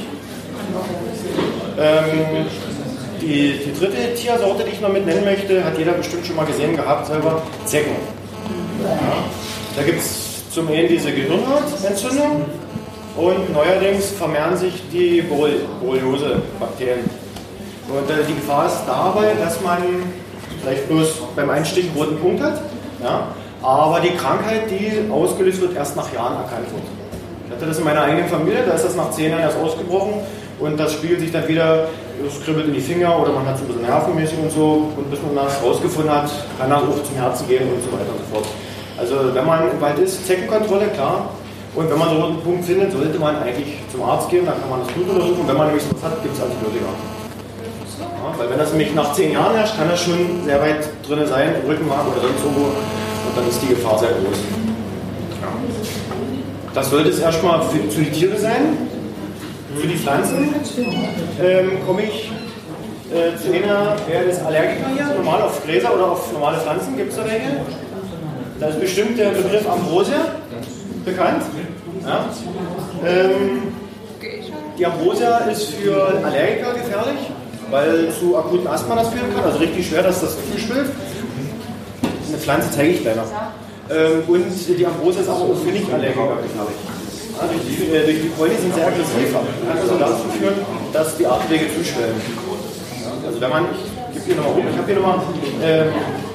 Ähm, die, die dritte Tiersorte, die ich noch mit nennen möchte, hat jeder bestimmt schon mal gesehen gehabt, selber Zecken. Ja, da gibt es zum einen diese Gehirnhautentzündung und neuerdings vermehren sich die Borreliose-Bakterien. Und äh, die Gefahr ist dabei, dass man vielleicht bloß beim Einstich einen roten Punkt hat, ja, aber die Krankheit, die ausgelöst wird, erst nach Jahren erkannt wird. Ich hatte das in meiner eigenen Familie, da ist das nach zehn Jahren erst ausgebrochen und das spiegelt sich dann wieder, es kribbelt in die Finger oder man hat so ein bisschen nervenmäßig und so und bis man das rausgefunden hat, kann das auch zum Herzen gehen und so weiter und so fort. Also wenn man im Wald ist, Zeckenkontrolle, klar. Und wenn man so einen Punkt findet, sollte man eigentlich zum Arzt gehen, dann kann man das Blut untersuchen und wenn man nämlich was hat, gibt es Antibiotika. Ja, weil wenn das nämlich nach zehn Jahren herrscht, kann das schon sehr weit drin sein, im Rückenmark oder sonst irgendwo, und dann ist die Gefahr sehr groß. Ja. Das sollte es erstmal für, für die Tiere sein. Für die Pflanzen ähm, komme ich äh, zu einer, wer ist Allergiker hier, normal auf Gräser oder auf normale Pflanzen, gibt es da welche? Da ist bestimmt der Begriff Ambrosia bekannt. Ja. Ähm, die Ambrosia ist für Allergiker gefährlich, weil zu akuten Asthma das führen kann, also richtig schwer, dass das Gefühl schwillt. Eine Pflanze zeige ich gleich noch. Ähm, und die Ambrosia ist aber auch für Nicht-Allergiker gefährlich. Ja, durch, die, äh, durch die Pollen sind sehr aggressiv, kann also dazu führen, dass die Atemwege zuschwellen. Ja, also wenn man, ich gebe hier nochmal rum, ich habe hier nochmal äh,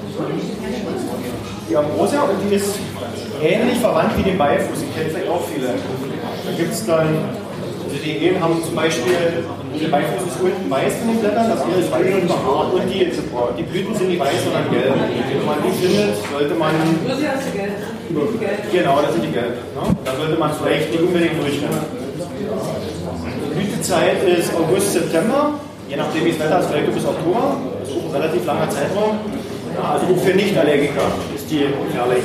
die Ambrosia und die ist ähnlich verwandt wie den Beifuß, die kennen vielleicht auch viele. Da gibt es dann, also die Ehen haben zum Beispiel, der Beifuß ist unten weiß von den Blättern, das hier ist weiß und behaart und die, die Blüten sind nicht weiß, sondern gelb. Wenn man die findet, sollte man... Genau, das sind die gelb. Ne? Da sollte man vielleicht nicht unbedingt durchrennen. Die Blütezeit ist August, September, je nachdem wie das Wetter ist, vielleicht bis Oktober. Das ist auch ein relativ langer Zeitraum. Ja, also auch für Nicht-Allergiker ist die gefährlich.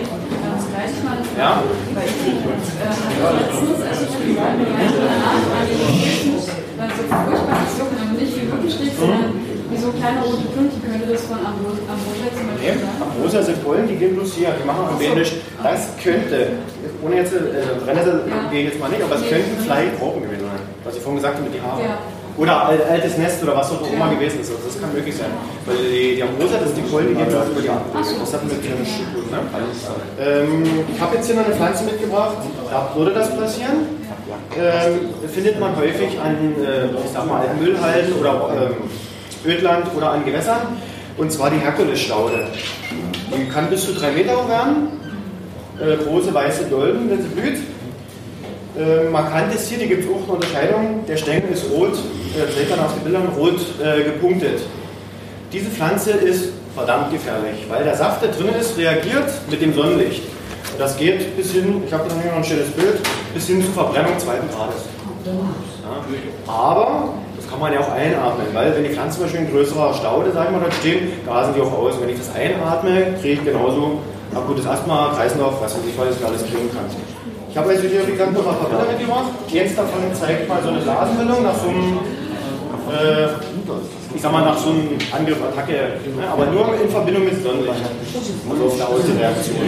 Ja? Weil ich äh, letztens, als ich die Leute danach an die Gegend, weil so furchtbar Jucken, aber nicht wie Mückenstich, sondern kleine rote Klumpen, könnte das von Ambrosia Ambrosia zum Beispiel Nee, sein? Ambrosia sind Pollen, die gehen bloß hier, die machen am Ende nicht. Das könnte, ohne jetzt, äh, Brennnessel gehen jetzt mal nicht, aber es könnten vielleicht Raupen gewesen sein, was ich vorhin gesagt habe mit den Haaren. Ja. Oder al- altes Nest oder was auch immer gewesen ist. Also das kann möglich sein. Weil die, die Ambrosia, das sind die Pollen, die gehen über die Atemwege. Das hat mit dem zu tun. Ne? Ähm, ich habe jetzt hier noch eine Pflanze mitgebracht, da würde das passieren. Ähm, findet man häufig an, äh, ich sag mal, alten Müllhalden oder ähm, Ödland oder an Gewässern. Und zwar die Herkulesstaude. Die kann bis zu drei Meter hoch werden. Äh, große weiße Dolden, wenn sie blüht. Äh, markant ist hier, die gibt es auch eine Unterscheidung, der Stängel ist rot, äh, seht ihr nach den Bildern, rot äh, gepunktet. Diese Pflanze ist verdammt gefährlich, weil der Saft, der drin ist, reagiert mit dem Sonnenlicht. Und das geht bis hin, ich habe da noch ein schönes Bild, bis hin zur Verbrennung zweiten Grades. Ja. Aber das kann man ja auch einatmen, weil wenn die Pflanzen zum Beispiel in größerer Staude, sagen wir mal, dort stehen, gasen die auch aus. Und wenn ich das einatme, kriege ich genauso akutes Asthma, Kreislauf, was weiß ich, was ich alles kriegen kann. Ich habe also hier, wie gesagt, noch ein paar Bilder mitgebracht. Eins davon zeigt mal so eine Blasenbildung nach so einem, äh, ich sag mal, nach so einem Angriff, Attacke, ne? Aber nur in Verbindung mit Sonnenlicht. Also auf eine Außenreaktion.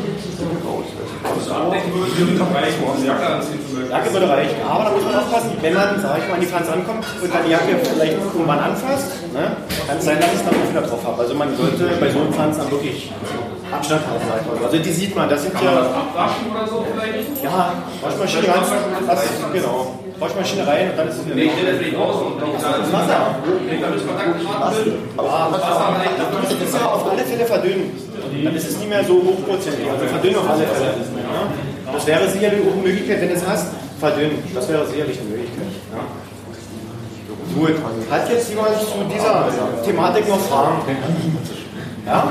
Jacke würde reichen, aber da muss man aufpassen, wenn man, sag ich mal, an die Pflanze ankommt und dann die Jacke vielleicht irgendwann anfasst, ne? Kann es sein, dass ich es dann auch wieder drauf habe. Also man sollte bei so einem Pflanzen dann wirklich Abstand haben, sag ich mal. Also die sieht man, das sind ja... Abwaschen oder so vielleicht? Ja, Waschmaschine rein, das, genau. Waschmaschine rein und dann ist es wieder... Nee, ich stelle das nicht raus und das Wasser. Da müssen wir Kontakt will. Das ist ja auf alle Fälle verdünnen. Dann ist es nicht mehr so hochprozentig. Also verdünnen auf alle Fälle. Ja? Das wäre sicherlich auch eine Möglichkeit, wenn du es hast, verdünnen. Das wäre sicherlich eine Möglichkeit. Ja? Gut. Hat jetzt jemand zu dieser Thematik noch Fragen? Ja?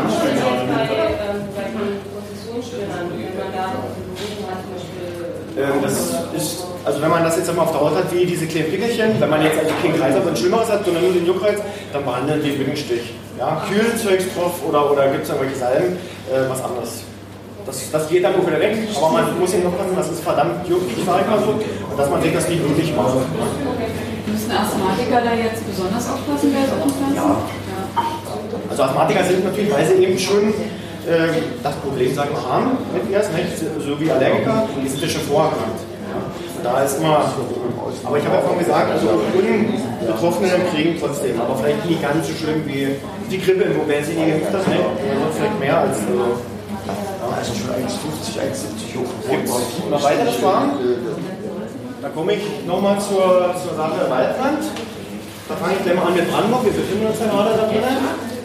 Ähm, das ist, also wenn man das jetzt einmal auf der Haut hat, wie diese kleinen Pickelchen, wenn man jetzt also keinen Kreislauf und Schlimmeres hat, sondern nur den Juckreiz, dann behandelt den Mückenstich. Ja, Kühlzeugs drauf oder, oder gibt es irgendwelche Salben, äh, was anderes. Das, das geht dann auch wieder weg, aber man muss eben noch passen, das ist verdammt juckig, sag ich mal so, und dass man sich das nicht wirklich macht. Müssen Asthmatiker da jetzt besonders aufpassen bei solchen Pflanzen? Ja. Also Asthmatiker sind natürlich, weil sie eben schon äh, das Problem, sagen wir, haben mit erst, nicht? So wie Allergiker, die sind ja schon vorerkannt. Ja. Und da ist immer, aber ich habe ja vorhin gesagt, also Unbetroffene kriegen trotzdem, aber vielleicht nicht ganz so schlimm wie die Grippe, wobei sie nie geimpft hat, ne? Vielleicht mehr als also, also schon eins fünfzig, eins siebzig hoch. Gibt es noch weitere Fragen? Da komme ich nochmal zur, zur Sache Waldbrand. Da fange ich gleich mal an mit Brandenburg. Wir befinden uns ja gerade da drinnen.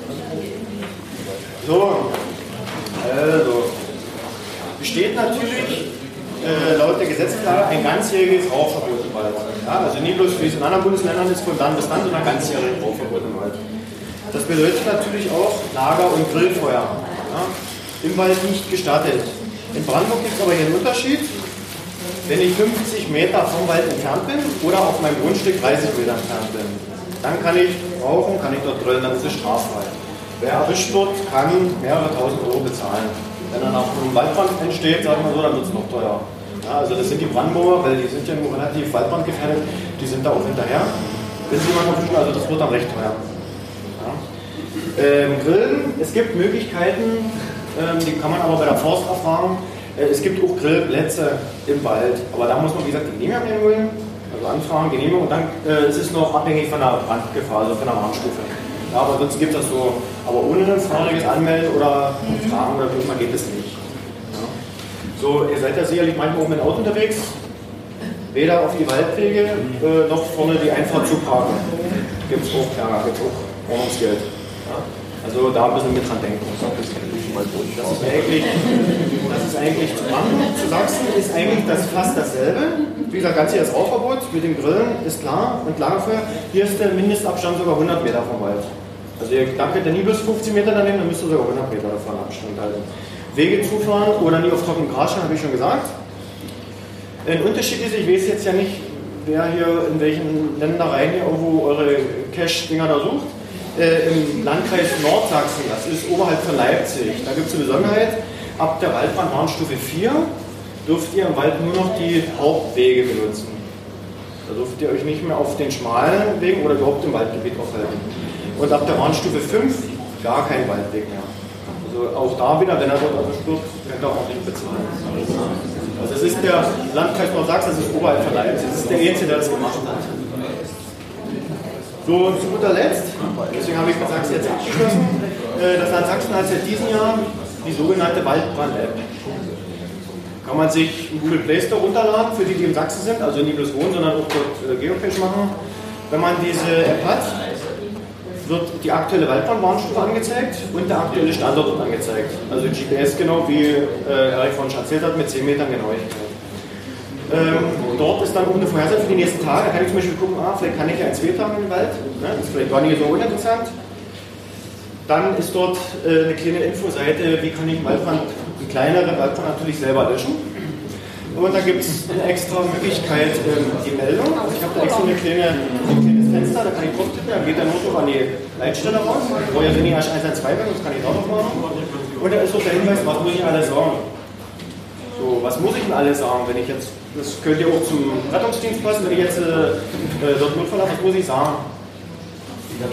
So, also, besteht natürlich äh, laut der Gesetzklage ein ganzjähriges Rauchverbot im Wald. Ja, also nicht bloß wie es in anderen Bundesländern ist, von dann bis dann, sondern ganzjähriges Rauchverbot im Wald. Das bedeutet natürlich auch Lager- und Grillfeuer. Ja, im Wald nicht gestattet. In Brandenburg gibt es aber hier einen Unterschied. Wenn ich fünfzig Meter vom Wald entfernt bin oder auf meinem Grundstück dreißig Meter entfernt bin, dann kann ich rauchen, kann ich dort grillen, dann ist es straffrei. Wer erwischt wird, kann mehrere tausend Euro bezahlen. Wenn dann auch ein Waldbrand entsteht, sagen wir so, dann wird es noch teuer. Ja, also das sind die Brandenburger, weil die sind ja nur relativ waldbrandgefährdet, die sind da auch hinterher. Wenn sie mal erwischen, also das wird dann recht teuer. Ja. Ähm, Grillen, es gibt Möglichkeiten, ähm, die kann man aber bei der Forst erfahren. Äh, es gibt auch Grillplätze im Wald, aber da muss man, wie gesagt, die Genehmigung einholen, also anfragen, Genehmigung, und dann äh, ist es noch abhängig von der Brandgefahr, also von der Warnstufe. Ja, aber sonst gibt es das so, aber ohne ein vorheriges Anmelden oder Fragen oder wie immer geht es nicht. Ja. So, ihr seid ja sicherlich manchmal auch mit dem Auto unterwegs, weder auf die Waldwege äh, noch vorne die Einfahrt zu parken. Gibt es auch, ja, gibt es auch Ordnungsgeld. Ja. Also da ein bisschen mit dran denken. Das ist eigentlich, das ist eigentlich zu Brandenburg, zu Sachsen ist eigentlich das fast dasselbe. Wie gesagt, ganz hier das Rauchverbot mit dem Grillen ist klar und Lagerfeuer. Hier ist der Mindestabstand sogar hundert Meter vom Wald. Also ihr da könnt ihr nie bis fünfzehn Meter daneben, dann müsst ihr sogar hundert Meter davon Abstand halten. Wege zufahren oder nie auf trockenen Gras, habe ich schon gesagt. Ein Unterschied ist, ich weiß jetzt ja nicht, wer hier in welchen Ländereien hier irgendwo eure Cache-Dinger da sucht. Äh, Im Landkreis Nordsachsen, das ist oberhalb von Leipzig, da gibt es eine Besonderheit, ab der Waldbrandwarnstufe vier dürft ihr im Wald nur noch die Hauptwege benutzen. Da dürft ihr euch nicht mehr auf den schmalen Wegen oder überhaupt im Waldgebiet aufhalten. Und ab der Warnstufe fünf gar kein Waldweg mehr. Also auch da wieder, wenn er dort erwischt wird, könnt ihr auch nicht bezahlen. Also es ist der Landkreis Nordsachsen, das ist Oberalp-Verleih. Das ist der Einzige, der das gemacht hat. So, zu guter Letzt, deswegen habe ich mit Sachsen jetzt abgeschlossen, das Land Sachsen hat seit diesem Jahr die sogenannte Waldbrand-App. Kann man sich einen Google Play Store runterladen, für die, die in Sachsen sind, also nicht bloß wohnen, sondern auch dort äh, Geocache machen. Wenn man diese App hat, wird die aktuelle Waldbrandwarnstufe angezeigt und der aktuelle Standort angezeigt. Also G P S genau, wie äh, Erik von erzählt hat, mit zehn Metern Genauigkeit. Ähm, dort ist dann auch eine Vorhersage für die nächsten Tage. Da kann ich zum Beispiel gucken, ah, vielleicht kann ich ja in zwei Tagen in den Wald. Ne? Das ist vielleicht gar nicht so uninteressant. Dann ist dort äh, eine kleine Infoseite, wie kann ich einen Waldbrand, einen kleineren Waldbrand natürlich selber löschen. Und da gibt es eine extra Möglichkeit, ähm, die Meldung. Also ich habe da extra eine kleine, ein kleines Fenster, da kann ich drauf tippen, dann geht der Notruf an die Leitstelle raus. Ich brauche ja nicht erst eins eins zwei werden, das kann ich auch noch machen. Und da ist auch der Hinweis, was muss ich alles sagen. So, was muss ich denn alles sagen, wenn ich jetzt, das könnt ihr auch zum Rettungsdienst passen, wenn ich jetzt äh, dort Notfall habe, was muss ich sagen? Das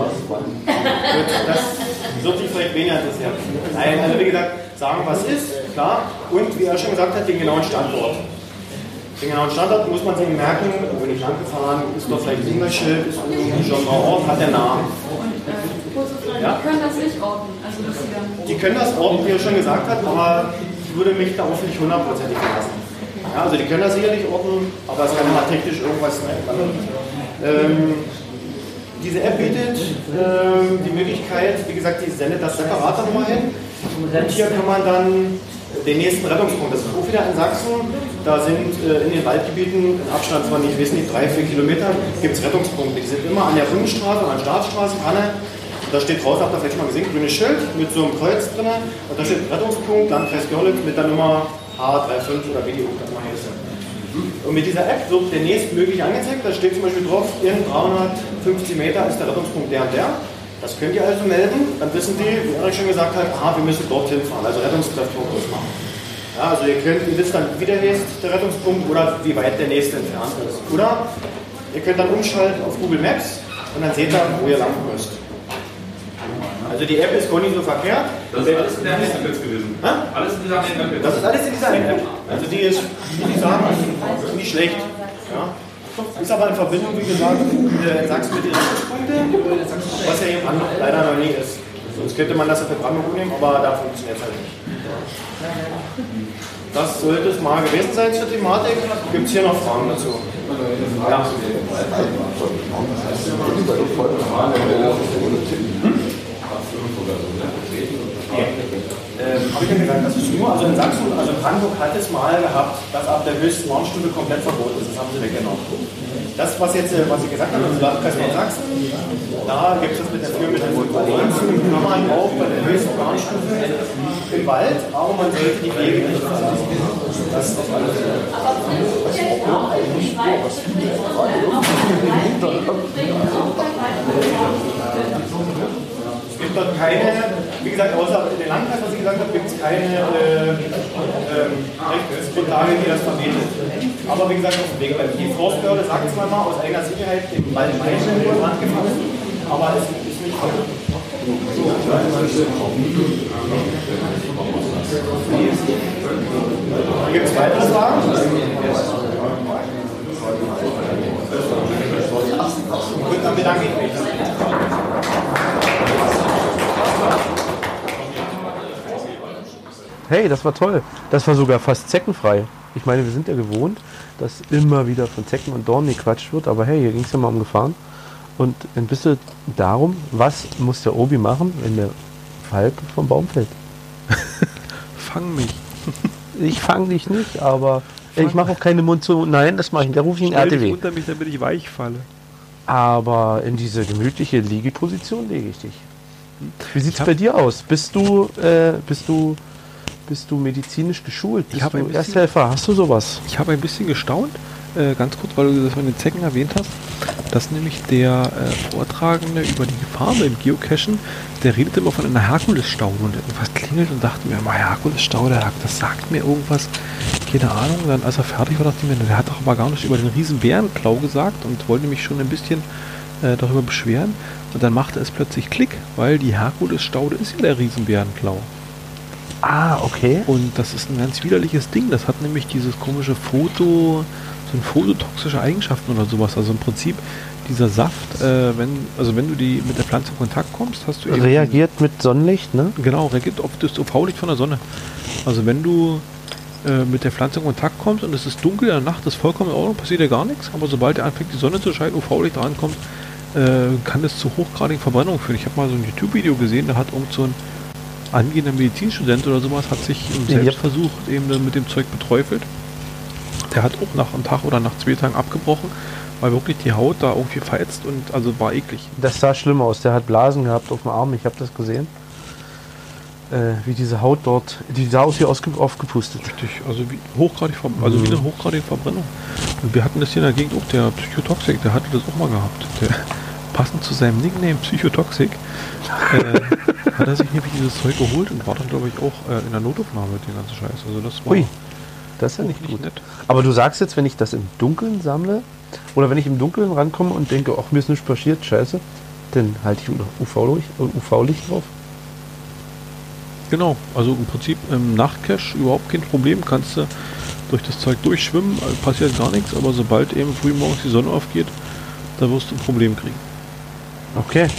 wird dich vielleicht weniger interessieren. Nein, also wie gesagt, sagen, was ist, klar, und wie er schon gesagt hat, den genauen Standort. Den genauen Standort muss man sich merken, wenn ich lang gefahren, ist doch vielleicht ein Hinweisschild, ist ein Ort, hat der Namen. Ja? Die können das nicht orten. Also das die können das orten, wie er schon gesagt hat, aber ich würde mich darauf nicht hundertprozentig verlassen. Ja, also die können das sicherlich orten, aber es kann immer technisch irgendwas sein. Ähm, Diese App bietet äh, die Möglichkeit, wie gesagt, die sendet das separat nochmal hin. Und hier kann man dann den nächsten Rettungspunkt, das ist auch wieder in Sachsen, da sind äh, in den Waldgebieten, im Abstand zwar nicht, ich weiß nicht, drei, vier Kilometer, gibt es Rettungspunkte. Die sind immer an der Bundesstraße und an der Straßenstraße dran. Und da steht draußen, habt ihr vielleicht schon mal gesehen, grünes Schild mit so einem Kreuz drin. Und da steht Rettungspunkt, Landkreis Görlitz mit der Nummer H fünfunddreißig oder wie die auch immer heißt. Und mit dieser App wird der nächstmöglich angezeigt, da steht zum Beispiel drauf, in dreihundertfünfzig Meter ist der Rettungspunkt der und der. Das könnt ihr also melden, dann wissen die, wie Erik schon gesagt hat, aha, wir müssen dorthin fahren, also Rettungskräftefokus machen. Ja, also ihr könnt, ihr wisst dann, wie der nächste der Rettungspunkt oder wie weit der nächste entfernt ist. Oder ihr könnt dann umschalten auf Google Maps und dann seht ihr, wo ihr lang müsst. Also die App ist gar nicht so verkehrt. Das ist alles in der App gewesen. Ha? Alles in dieser App. Das ist alles in dieser App. Also die ist, wie ich sagen, nicht schlecht. Ja. Ist aber in Verbindung, wie gesagt, äh, sagst mit den Rettungspunkten, was ja hier leider noch nie ist. Sonst könnte man das auf der Programme nehmen, aber da funktioniert es halt nicht. Das sollte es mal gewesen sein zur Thematik. Gibt es hier noch Fragen dazu? Ja. Ähm, habe ich ja gesagt, das ist nur, also in Sachsen, also in Brandenburg hat es mal gehabt, dass ab der höchsten Warnstufe komplett verboten ist. Das haben sie weggenommen. Das, was jetzt, was ich gesagt habe, also Landkreis Nordsachsen, da gibt es das mit der Tür mit der Multivalenz, kann man auch bei der höchsten Warnstufe im Wald, aber man sollte die Wege nicht verlassen. Das ist auf alle Fälle. Es gibt dort keine, wie gesagt, außer in den Landkreis, was ich gesagt habe, gibt es keine äh, äh, Rechtsgrundlage, die das verbietet. Aber wie gesagt, auf dem Weg bleibt. Die Forstbehörde sagt es mal aus eigener Sicherheit, den Wald in den Brand gefasst, aber es ist nicht voll. Gibt es weitere Fragen? Gut, dann bedanke ich mich. Hey, das war toll. Das war sogar fast zeckenfrei. Ich meine, wir sind ja gewohnt, dass immer wieder von Zecken und Dornen gequatscht wird, aber hey, hier ging es ja mal um Gefahren. Und ein bisschen darum, was muss der Obi machen, wenn der Falk vom Baum fällt? Fang mich. Ich fang dich nicht, aber fang. Ich mache auch keine Mund zu. Nein, das mache ich nicht. Da rufe ich einen R T W. Unter mich, damit ich weich falle. Aber in diese gemütliche Liegeposition lege ich dich. Wie sieht es bei dir aus? Bist du, äh, bist du, bist du medizinisch geschult? Bist ich du Ersthelfer? Hast du sowas? Ich habe ein bisschen gestaunt, äh, ganz kurz, weil du das von den Zecken erwähnt hast, dass nämlich der äh, Vortragende über die Gefahren beim Geocachen, der redet immer von einer Herkulesstaude und irgendwas klingelt und dachte mir, mal Herkulesstaude, das sagt mir irgendwas, keine Ahnung. Dann als er fertig war, dachte ich mir, der hat doch aber gar nicht über den riesen Bärenklau gesagt und wollte mich schon ein bisschen äh, darüber beschweren. Und dann machte es plötzlich Klick, weil die Herkulesstaude ist ja der Riesenbärenklau. Ah, okay. Und das ist ein ganz widerliches Ding. Das hat nämlich dieses komische Foto, so ein phototoxische Eigenschaften oder sowas. Also im Prinzip dieser Saft, äh, wenn, also wenn du die mit der Pflanze in Kontakt kommst, hast du eben... Reagiert mit Sonnenlicht, ne? Genau, reagiert auf das U V-Licht von der Sonne. Also wenn du äh, mit der Pflanze in Kontakt kommst und es ist dunkel, in der Nacht ist vollkommen in Ordnung, passiert ja gar nichts. Aber sobald er anfängt, die Sonne zu scheinen, U V-Licht rankommt, äh, kann das zu hochgradigen Verbrennungen führen. Ich habe mal so ein YouTube-Video gesehen, da hat irgend so ein angehender Medizinstudent oder sowas, hat sich im Selbstversuch eben mit dem Zeug beträufelt. Der hat auch nach einem Tag oder nach zwei Tagen abgebrochen, weil wirklich die Haut da irgendwie verätzt und also war eklig. Das sah schlimm aus. Der hat Blasen gehabt auf dem Arm. Ich habe das gesehen. Äh, wie diese Haut dort, die sah aus wie ausge aufgepustet. Richtig, also wie hochgradig, also mhm. wie eine hochgradige Verbrennung. Und wir hatten das hier in der Gegend auch, der Psychotoxik, der hatte das auch mal gehabt. Der, passend zu seinem Nickname Psychotoxik, äh, hat er sich nämlich dieses Zeug geholt und war dann, glaube ich, auch äh, in der Notaufnahme mit dem ganzen Scheiß. Also das war... Ui, das ist ja nicht gut. Nett. Aber du sagst jetzt, wenn ich das im Dunkeln sammle, oder wenn ich im Dunkeln rankomme und denke, ach, mir ist nichts passiert, scheiße, dann halte ich U V-Licht U V-Licht drauf. Genau, also im Prinzip im Nachtcache überhaupt kein Problem, kannst du durch das Zeug durchschwimmen, passiert gar nichts, aber sobald eben früh morgens die Sonne aufgeht, da wirst du ein Problem kriegen. Okay.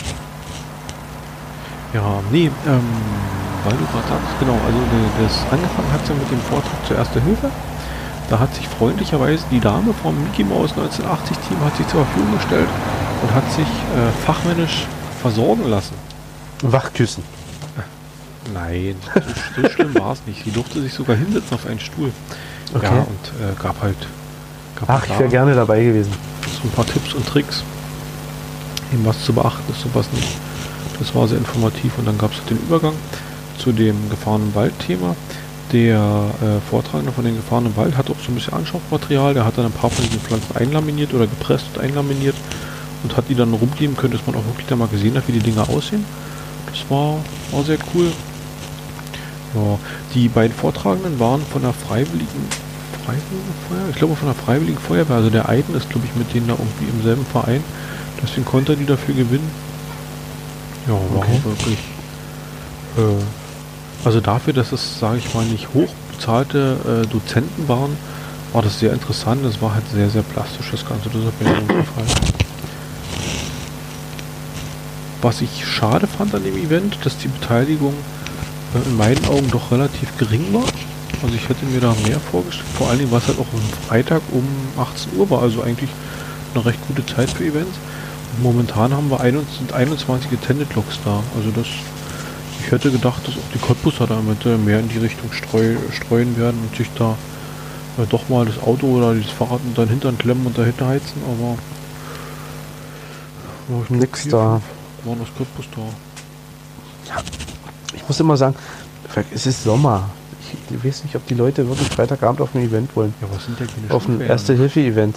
Ja, nee, ähm, weil du gerade sagst, genau, also das angefangen hat ja mit dem Vortrag zur Erste Hilfe. Da hat sich freundlicherweise die Dame vom Mickey Mouse neunzehnhundertachtzig Team hat sich zur Verfügung gestellt und hat sich äh, fachmännisch versorgen lassen. Wachküssen. Nein, so, so schlimm war es nicht. Sie durfte sich sogar hinsetzen auf einen Stuhl. Okay. Ja, und äh, gab halt... Gab Ach, ich wäre gerne dabei gewesen. So ein paar Tipps und Tricks. Eben was zu beachten ist und was nicht. Das war sehr informativ. Und dann gab es den Übergang zu dem Gefahren im Wald-Thema. Der äh, Vortragende von den Gefahren im Wald hat auch so ein bisschen Anschauungsmaterial. Der hat dann ein paar von diesen Pflanzen einlaminiert oder gepresst und einlaminiert und hat die dann rumgeben können, dass man auch wirklich da mal gesehen hat, wie die Dinger aussehen. Das war, war sehr cool. Ja, die beiden Vortragenden waren von der Freiwilligen Freiwilligen Feuerwehr, ich glaube von der Freiwilligen Feuerwehr, also der Aiden ist, glaube ich, mit denen da irgendwie im selben Verein. Deswegen konnte er die dafür gewinnen. Ja, war okay. Wirklich. Äh, also dafür, dass es, sage ich mal, nicht hochbezahlte äh, Dozenten waren, war das sehr interessant. Das war halt sehr, sehr plastisch, das Ganze. Das hat mir sehr gefallen. Was ich schade fand an dem Event, dass die Beteiligung äh, in meinen Augen doch relativ gering war. Also ich hätte mir da mehr vorgestellt. Vor allen Dingen, was halt auch am Freitag um achtzehn Uhr war. Also eigentlich eine recht gute Zeit für Events. Und momentan haben wir einundzwanzig Attended Logs da. Also das, ich hätte gedacht, dass auch die Cottbusser damit äh, mehr in die Richtung streu, streuen werden und sich da äh, doch mal das Auto oder das Fahrrad unter den Hintern klemmen und dahinter heizen. Aber ja, ich nix da. War das Cottbus da. Ja, ich muss immer sagen, es ist Sommer. Ich, ich weiß nicht, ob die Leute wirklich Freitagabend auf ein Event wollen. Ja, was sind denn keine Auf ein Erste-Hilfe-Event.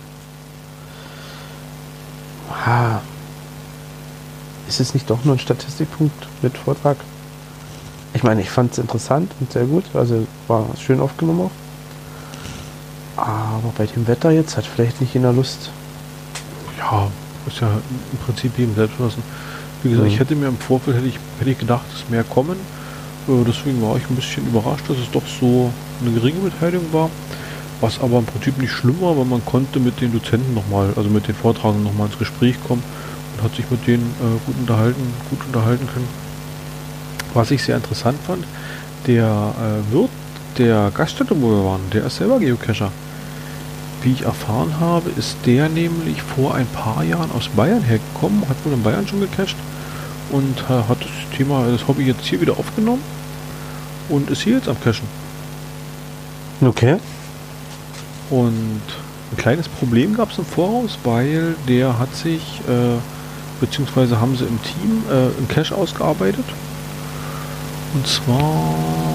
Ah. Ist es nicht doch nur ein Statistikpunkt mit Vortrag? Ich meine, ich fand es interessant und sehr gut. Also war schön aufgenommen auch. Aber bei dem Wetter jetzt hat vielleicht nicht jeder Lust. Ja, ist ja im Prinzip jedem selbst lassen. Wie gesagt, mhm. ich hätte mir im Vorfeld hätte ich, hätte ich gedacht, dass mehr kommen. Äh, deswegen war ich ein bisschen überrascht, dass es doch so eine geringe Beteiligung war. Was aber im Prinzip nicht schlimm war, weil man konnte mit den Dozenten nochmal, also mit den Vortragenden nochmal ins Gespräch kommen und hat sich mit denen äh, gut unterhalten, gut unterhalten können. Was ich sehr interessant fand, der äh, Wirt der Gaststätte, wo wir waren, der ist selber Geocacher. Wie ich erfahren habe, ist der nämlich vor ein paar Jahren aus Bayern hergekommen, hat wohl in Bayern schon gecached und äh, hat das Thema, das Hobby jetzt hier wieder aufgenommen und ist hier jetzt am Cachen. Okay. Und ein kleines Problem gab es im Voraus, weil der hat sich, äh, beziehungsweise haben sie im Team äh, einen Cache ausgearbeitet. Und zwar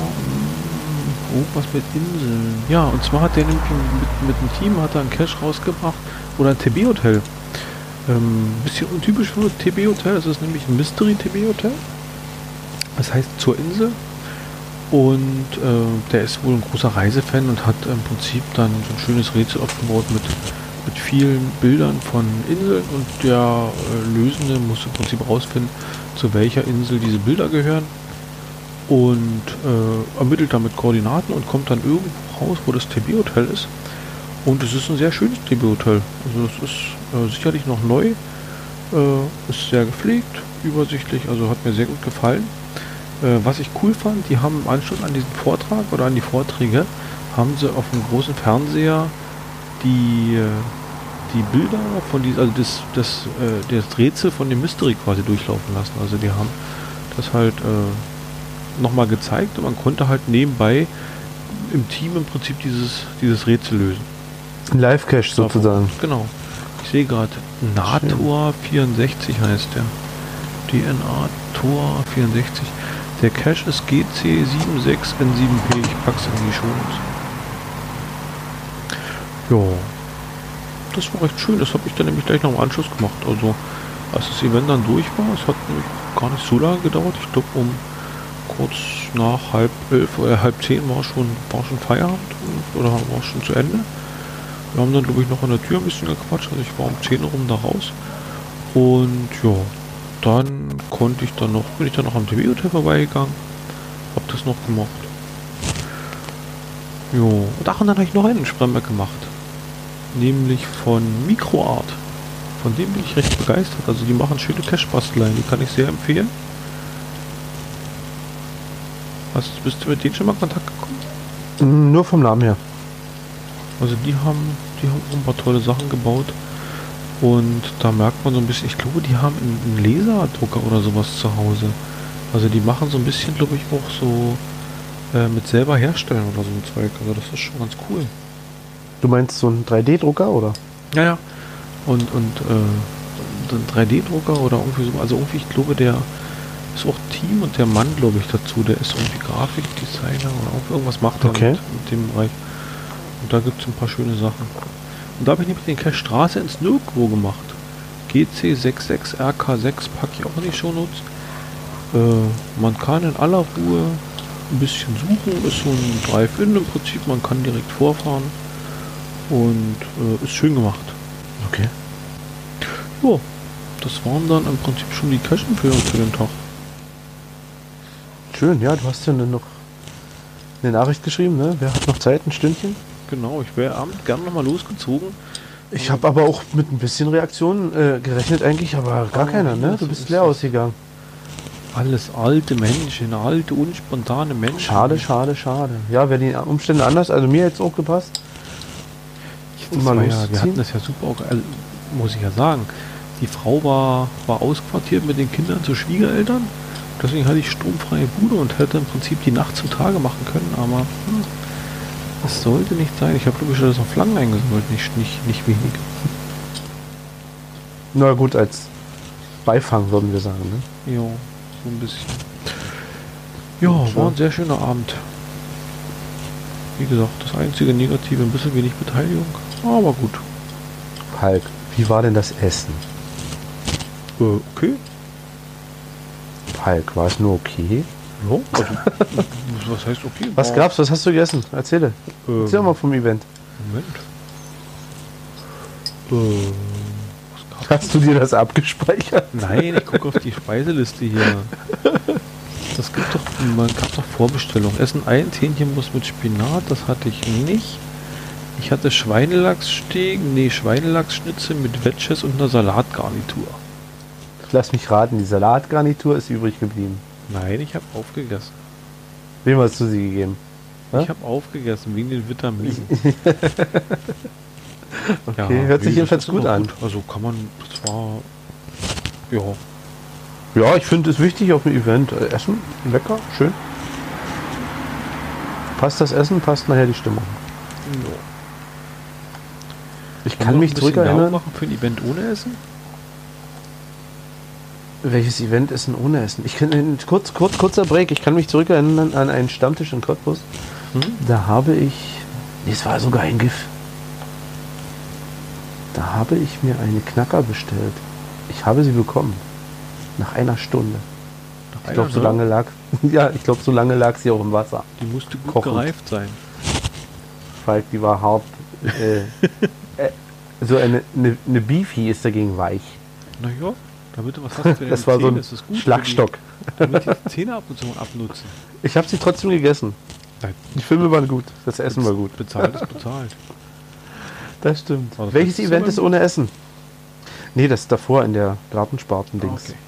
was mit Inseln. Ja, und zwar hat der nämlich mit, mit dem Team hat er einen Cache rausgebracht oder ein T B-Hotel. Ähm, bisschen untypisch für ein T B-Hotel. Es ist nämlich ein Mystery-T B-Hotel. Das heißt zur Insel. Und äh, der ist wohl ein großer Reisefan und hat im Prinzip dann so ein schönes Rätsel aufgebaut mit mit vielen Bildern von Inseln und der äh, Lösende muss im Prinzip rausfinden, zu welcher Insel diese Bilder gehören und äh, ermittelt damit Koordinaten und kommt dann irgendwo raus, wo das T B-Hotel ist. Und es ist ein sehr schönes T B-Hotel. Also es ist äh, sicherlich noch neu, äh, ist sehr gepflegt, übersichtlich, also hat mir sehr gut gefallen. Äh, was ich cool fand, die haben im Anschluss an diesen Vortrag oder an die Vorträge, haben sie auf dem großen Fernseher die, die Bilder von diesem, also das, das, äh, das Rätsel von dem Mystery quasi durchlaufen lassen. Also die haben das halt äh, nochmal gezeigt und man konnte halt nebenbei im Team im Prinzip dieses, dieses Rätsel lösen. Ein Live-Cache sozusagen. Genau. Ich sehe gerade, Nator vierundsechzig heißt der. D N A Tor vierundsechzig. Der Cache ist G C sieben sechs N sieben P. Ich pack's in die Shownotes. Ja, das war recht schön. Das habe ich dann nämlich gleich noch im Anschluss gemacht. Also, als das Event dann durch war, es hat nämlich gar nicht so lange gedauert. Ich glaube, um kurz nach halb elf oder halb zehn war schon, war schon Feierabend oder war schon zu Ende. Wir haben dann, glaube ich, noch an der Tür ein bisschen gequatscht. Also, ich war um zehn rum da raus. Und ja, dann konnte ich dann noch, bin ich dann noch am T B-Hotel vorbeigegangen. Hab das noch gemacht. Jo, und ach, und dann habe ich noch einen Spremberg gemacht. Nämlich von Microart. Von dem bin ich recht begeistert. Also die machen schöne Cache-Basteleien, die kann ich sehr empfehlen. Hast, bist du mit denen schon mal in Kontakt gekommen? Nur vom Namen her. Also die haben, die haben ein paar tolle Sachen gebaut. Und da merkt man so ein bisschen, ich glaube, die haben einen, einen Laserdrucker oder sowas zu Hause. Also die machen so ein bisschen, glaube ich, auch so äh, mit selber herstellen oder so ein Zeug. Also das ist schon ganz cool. Du meinst so ein drei D-Drucker, oder? Ja, ja. Und, und äh, so ein drei D-Drucker oder irgendwie so. Also irgendwie, ich glaube, der ist auch Team und der Mann, glaube ich, dazu. Der ist irgendwie Grafikdesigner oder auch irgendwas macht er okay. mit, mit dem Bereich. Und da gibt es ein paar schöne Sachen. Und da habe ich nämlich den Cache Straße ins Nirgendwo gemacht. G C sechs sechs R K sechs packe ich auch in die Shownotes. Äh, man kann in aller Ruhe ein bisschen suchen. Ist so ein Drive-In im Prinzip. Man kann direkt vorfahren. Und äh, ist schön gemacht. Okay. Ja, das waren dann im Prinzip schon die Cachen für, für den Tag. Schön, ja, du hast ja noch eine Nachricht geschrieben, ne? Wer hat noch Zeit, ein Stündchen? Genau, ich wäre abend gerne nochmal losgezogen. Ich habe aber auch mit ein bisschen Reaktionen äh, gerechnet eigentlich, aber gar oh, keiner, ne? Du bist leer ausgegangen. Alles alte Menschen, alte, unspontane Menschen. Schade, schade, schade. Ja, wäre die Umstände anders, also mir jetzt auch gepasst. Das war ja, wir hatten das ja super, auch, also, muss ich ja sagen. Die Frau war, war ausquartiert mit den Kindern zu Schwiegereltern. Deswegen hatte ich stromfreie Bude und hätte im Prinzip die Nacht zum Tage machen können, aber hm, das sollte nicht sein. Ich habe glaube ich schon das auf Flanken eingesammelt, nicht, nicht, nicht weniger. Na gut, als Beifang würden wir sagen, ne? Ja, so ein bisschen. Ja, war ein sehr schöner Abend. Wie gesagt, das einzige Negative, ein bisschen wenig Beteiligung, aber gut. Hulk, wie war denn das Essen? Äh, okay. Hulk, war es nur okay? Ja, also, was heißt okay? Was gab's, was hast du gegessen? Erzähle. Ähm, Erzähl mal vom Event. Moment. Äh, hast du dir das abgespeichert? Nein, ich gucke auf die Speiseliste hier. Das gibt doch, man gab doch Vorbestellung. Essen ein Hähnchenbrust mit Spinat, das hatte ich nicht. Ich hatte Schweinelachssteak, nee, Schweinelachsschnitzel mit Wedges und einer Salatgarnitur. Lass mich raten, die Salatgarnitur ist übrig geblieben. Nein, ich habe aufgegessen. Wem hast du sie gegeben? Ich habe aufgegessen, wegen den Vitaminen. Okay, ja, hört sich jedenfalls gut an. Gut. Also kann man, das war, ja. Ja, ich finde es wichtig auf dem Event. Essen, lecker, schön. Passt das Essen, passt nachher die Stimmung. Ja. Ich kann mich zurückerinnern. Machen für ein Event ohne Essen? Welches Event Essen ohne Essen? Ich kann, kurz, kurz, kurzer Break. Ich kann mich zurückerinnern an einen Stammtisch in Cottbus. Hm? Da habe ich, nee, es war sogar ein GIF. Da habe ich mir eine Knacker bestellt. Ich habe sie bekommen. Nach einer Stunde. Nach ich glaube, so lange lag, ja, ich glaube, so lange lag sie auch im Wasser. Die musste gut kochend. Gereift sein. Falk, die war hart. Äh, äh, So eine, eine, eine Beefy ist dagegen weich. Naja, damit du was hast für Das deine war so Zähne, ein ist das gut für Schlagstock. Die, damit die Zähne ab und zu mal abnutzen. Ich habe sie trotzdem gegessen. Nein. Die Filme waren gut, das Essen war gut. Bezahlt ist bezahlt. Das stimmt. War das Welches letztes Event Mal ist ohne Essen? Nee, das ist davor in der Gartensparten-Dings. Okay.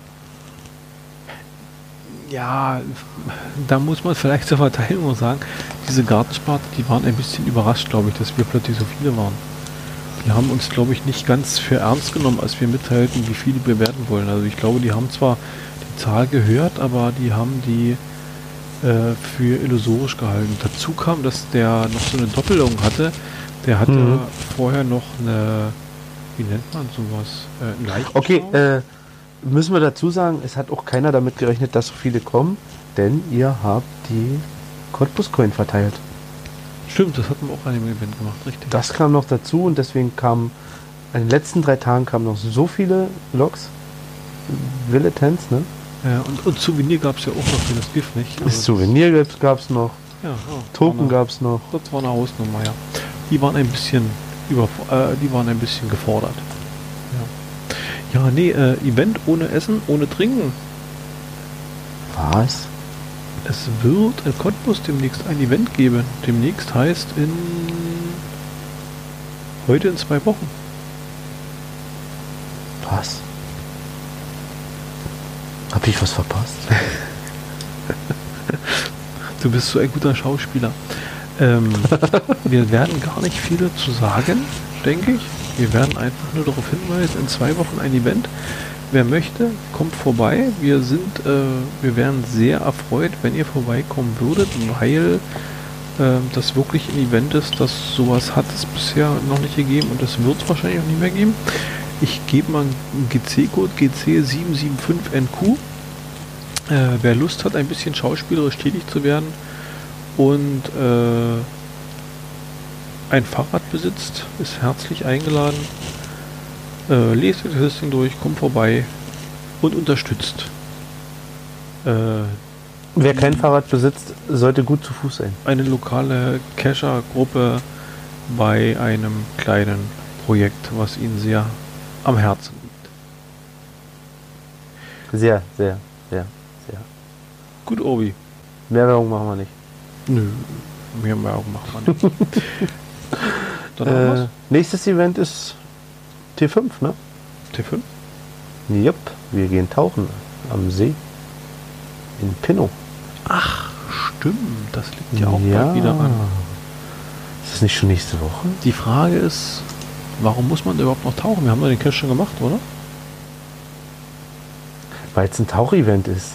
Ja, da muss man vielleicht zur Verteidigung sagen, diese Gartensparten, die waren ein bisschen überrascht, glaube ich, dass wir plötzlich so viele waren. Die haben uns, glaube ich, nicht ganz für ernst genommen, als wir mitteilten, wie viele wir werden wollen. Also ich glaube, die haben zwar die Zahl gehört, aber die haben die äh, für illusorisch gehalten. Dazu kam, dass der noch so eine Doppelung hatte. Der hatte Mhm. vorher noch eine, wie nennt man sowas? Äh, einen Leichenschau. Okay, äh, müssen wir dazu sagen, es hat auch keiner damit gerechnet, dass so viele kommen, denn ihr habt die Cottbus-Coin verteilt. Stimmt, das hatten wir auch an dem Event gemacht, richtig. Das kam noch dazu und deswegen kamen, in den letzten drei Tagen kamen noch so viele Loks. Villetens, ne? Ja, und, und Souvenir gab es ja auch noch für das Gift, nicht? Das Souvenir gab es noch, Ja, ja, Token war gab es noch. eine, das war eine Hausnummer, ja. Die waren ein bisschen über, äh, die waren ein bisschen gefordert. Ja, ja nee, äh, Event ohne Essen, ohne Trinken. Was? Es wird in Cottbus demnächst ein Event geben. Demnächst heißt in heute in zwei Wochen. Was? Hab ich was verpasst? Du bist so ein guter Schauspieler. Ähm, wir werden gar nicht viel dazu sagen, denke ich. Wir werden einfach nur darauf hinweisen, in zwei Wochen ein Event. Wer möchte, kommt vorbei. Wir sind, äh, wir wären sehr erfreut, wenn ihr vorbeikommen würdet, weil äh, das wirklich ein Event ist, das sowas hat es bisher noch nicht gegeben und das wird es wahrscheinlich auch nicht mehr geben. Ich gebe mal einen G C-Code, G C sieben sieben fünf N Q. Äh, wer Lust hat, ein bisschen schauspielerisch tätig zu werden und äh, ein Fahrrad besitzt, ist herzlich eingeladen. Äh, lest euch das Ding durch, kommt vorbei und unterstützt. Äh, Wer kein Fahrrad besitzt, sollte gut zu Fuß sein. eine lokale Cacher-Gruppe bei einem kleinen Projekt, was ihnen sehr am Herzen liegt. Sehr, sehr, sehr, sehr. Gut, Obi. Mehr Werbung machen wir nicht. Nö, mehr Werbung macht man nicht. Dann haben Äh, wir's. nächstes Event ist T fünf, ne? T fünf? Jupp, wir gehen tauchen am See in Pinnow. Ach, stimmt. Das liegt ja auch Ja. bald wieder an. Ist das nicht schon nächste Woche? Die Frage ist, warum muss man da überhaupt noch tauchen? Wir haben doch den Cache schon gemacht, oder? Weil es ein Tauchevent ist.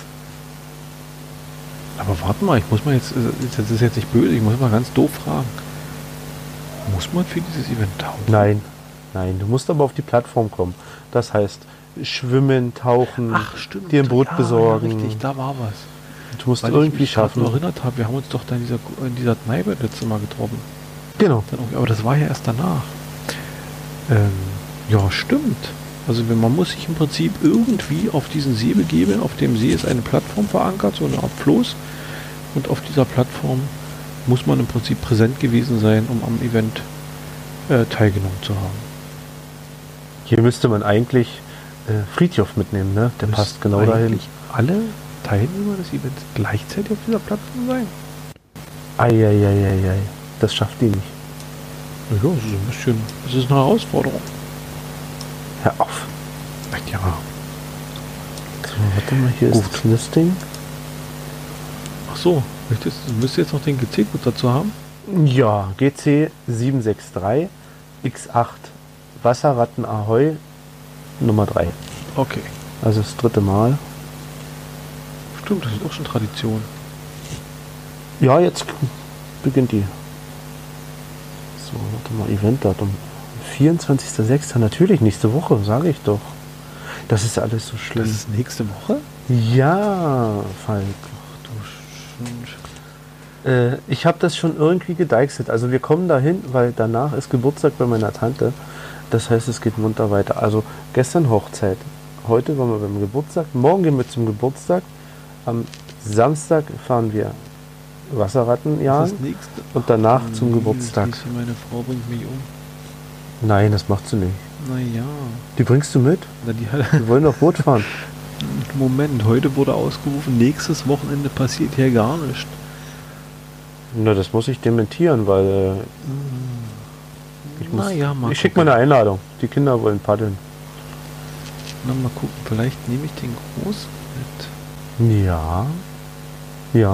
Aber warte mal, ich muss mal jetzt, das ist jetzt nicht böse, ich muss mal ganz doof fragen. Muss man für dieses Event tauchen? Nein, nein, du musst aber auf die Plattform kommen. Das heißt, schwimmen, tauchen, Ach, stimmt. dir ein Boot ja, besorgen. Ja, richtig, da war was. Du musst Weil irgendwie ich mich gerade schaffen. nur erinnert habe, wir haben uns doch da in dieser, in dieser Kneipe letztes Mal getroffen. Genau. Dann auch, aber das war ja erst danach. Ähm, ja, stimmt. Also wenn man muss sich im Prinzip irgendwie auf diesen See begeben. Auf dem See ist eine Plattform verankert, so eine Art Floß. Und auf dieser Plattform muss man im Prinzip präsent gewesen sein, um am Event äh, teilgenommen zu haben. Hier müsste man eigentlich äh, Friedhof mitnehmen, ne? Der Müssten passt genau dahin. eigentlich alle Teilnehmer des Events gleichzeitig auf dieser Plattform sein? Eieieiei, das schafft die nicht. Ja, das ist ein bisschen, das ist eine Herausforderung. Hör auf. Ja. So, warte mal, hier Gut. ist das Listing. Ach so, möchtest, müsst ihr jetzt noch den G C-Code dazu haben? Ja, G C sieben sechs drei X acht Wasserratten Ahoi Nummer drei. Okay. Also das dritte Mal. Stimmt, das ist auch schon Tradition. Ja, jetzt beginnt die. So, warte mal, Eventdatum. vierundzwanzigster sechster Natürlich nächste Woche, sage ich doch. Das ist alles so schlimm. Das ist nächste Woche? Ja, Falk. Äh, ich habe das schon irgendwie gedeichselt. Also wir kommen dahin, weil danach ist Geburtstag bei meiner Tante. Das heißt, es geht munter weiter. Also gestern Hochzeit. Heute waren wir beim Geburtstag. Morgen gehen wir zum Geburtstag. Am Samstag fahren wir Wasserratten jagen. Das nächste. Und danach Ach, zum nee, Geburtstag. Das nächste, meine Frau bringt mich um. Nein, das macht sie nicht. Naja. Die bringst du mit? Na, die hat Wir wollen doch Boot fahren. Moment, heute wurde ausgerufen, nächstes Wochenende passiert hier gar nichts. Na, das muss ich dementieren, weil äh, ich, muss- Naja, mal ich schicke mal gucken. eine Einladung. Die Kinder wollen paddeln. Na, mal gucken, vielleicht nehme ich den Groß mit. Ja. Ja.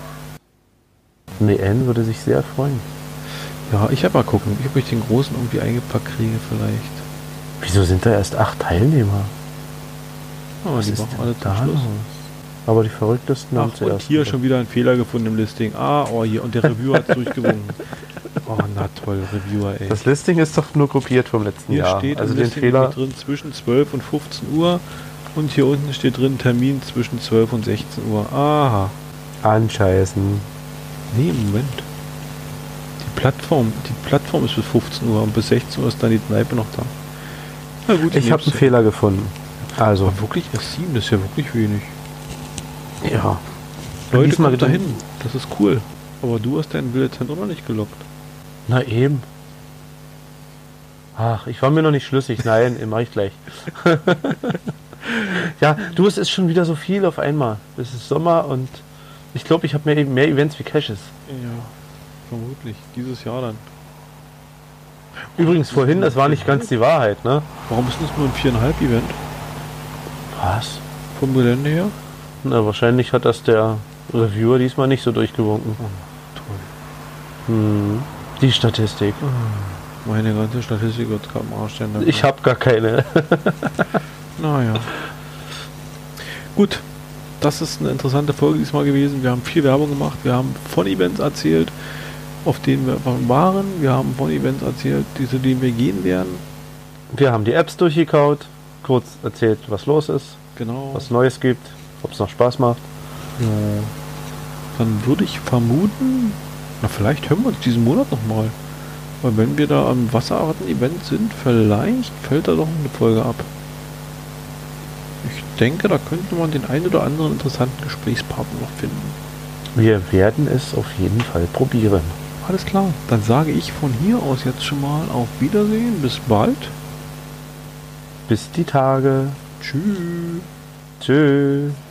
Meen würde sich sehr freuen. Ja, ich habe mal gucken, ob ich den Großen irgendwie eingepackt kriege vielleicht. Wieso sind da erst acht Teilnehmer? Aber Was die ist machen denn alle da zum Schluss. los? Aber die Verrücktesten haben Ach, und zuerst. hier gesagt. schon wieder ein Fehler gefunden im Listing. Ah, oh, hier, und der Reviewer hat durchgewunken. Oh, na toll, Reviewer, ey. Das Listing ist doch nur gruppiert vom letzten Hier Jahr. steht Also im den Listing Fehler. drin zwischen zwölf und fünfzehn Uhr und hier unten steht drin Termin zwischen zwölf und sechzehn Uhr. Aha. Anscheißen. Nee, Moment. Die Plattform, die Plattform ist bis fünfzehn Uhr und bis sechzehn Uhr ist dann die Kneipe noch da. Na gut, Ich habe einen Fehler gefunden. Also, Aber wirklich erst sieben, das ist ja wirklich wenig. ja. Leute, Diesmal kommt gedacht- dahin. Das ist cool. Aber du hast deinen Bulletin auch noch nicht gelockt. Na eben. Ach, ich war mir noch nicht schlüssig. Nein, mach ich gleich. Ja, du, es ist schon wieder so viel auf einmal. Es ist Sommer und ich glaube, ich habe mehr, mehr Events wie Caches. Ja, vermutlich. Dieses Jahr dann. Übrigens vorhin, das war nicht ganz die Wahrheit, ne? Warum ist das nur ein viereinhalb Event? Was? Vom Gelände her? Na, wahrscheinlich hat das der Reviewer diesmal nicht so durchgewunken. Toll. Hm, die Statistik. Meine ganze Statistik wird gerade am Arsch stehen. Ich habe gar keine. Naja. Gut. Das ist eine interessante Folge diesmal gewesen. Wir haben viel Werbung gemacht. Wir haben von Events erzählt, auf denen wir waren. Wir haben von Events erzählt, die zu denen wir gehen werden. Wir haben die Apps durchgekaut, kurz erzählt, was los ist, Genau. was Neues gibt, ob es noch Spaß macht. Ja. Dann würde ich vermuten, na vielleicht hören wir uns diesen Monat nochmal. Weil wenn wir da am Wasserarten-Event sind, vielleicht fällt da doch eine Folge ab. Ich denke, da könnte man den einen oder anderen interessanten Gesprächspartner noch finden. Wir werden es auf jeden Fall probieren. Alles klar, dann sage ich von hier aus jetzt schon mal auf Wiedersehen. Bis bald. Bis die Tage. Tschüss. Tschüss.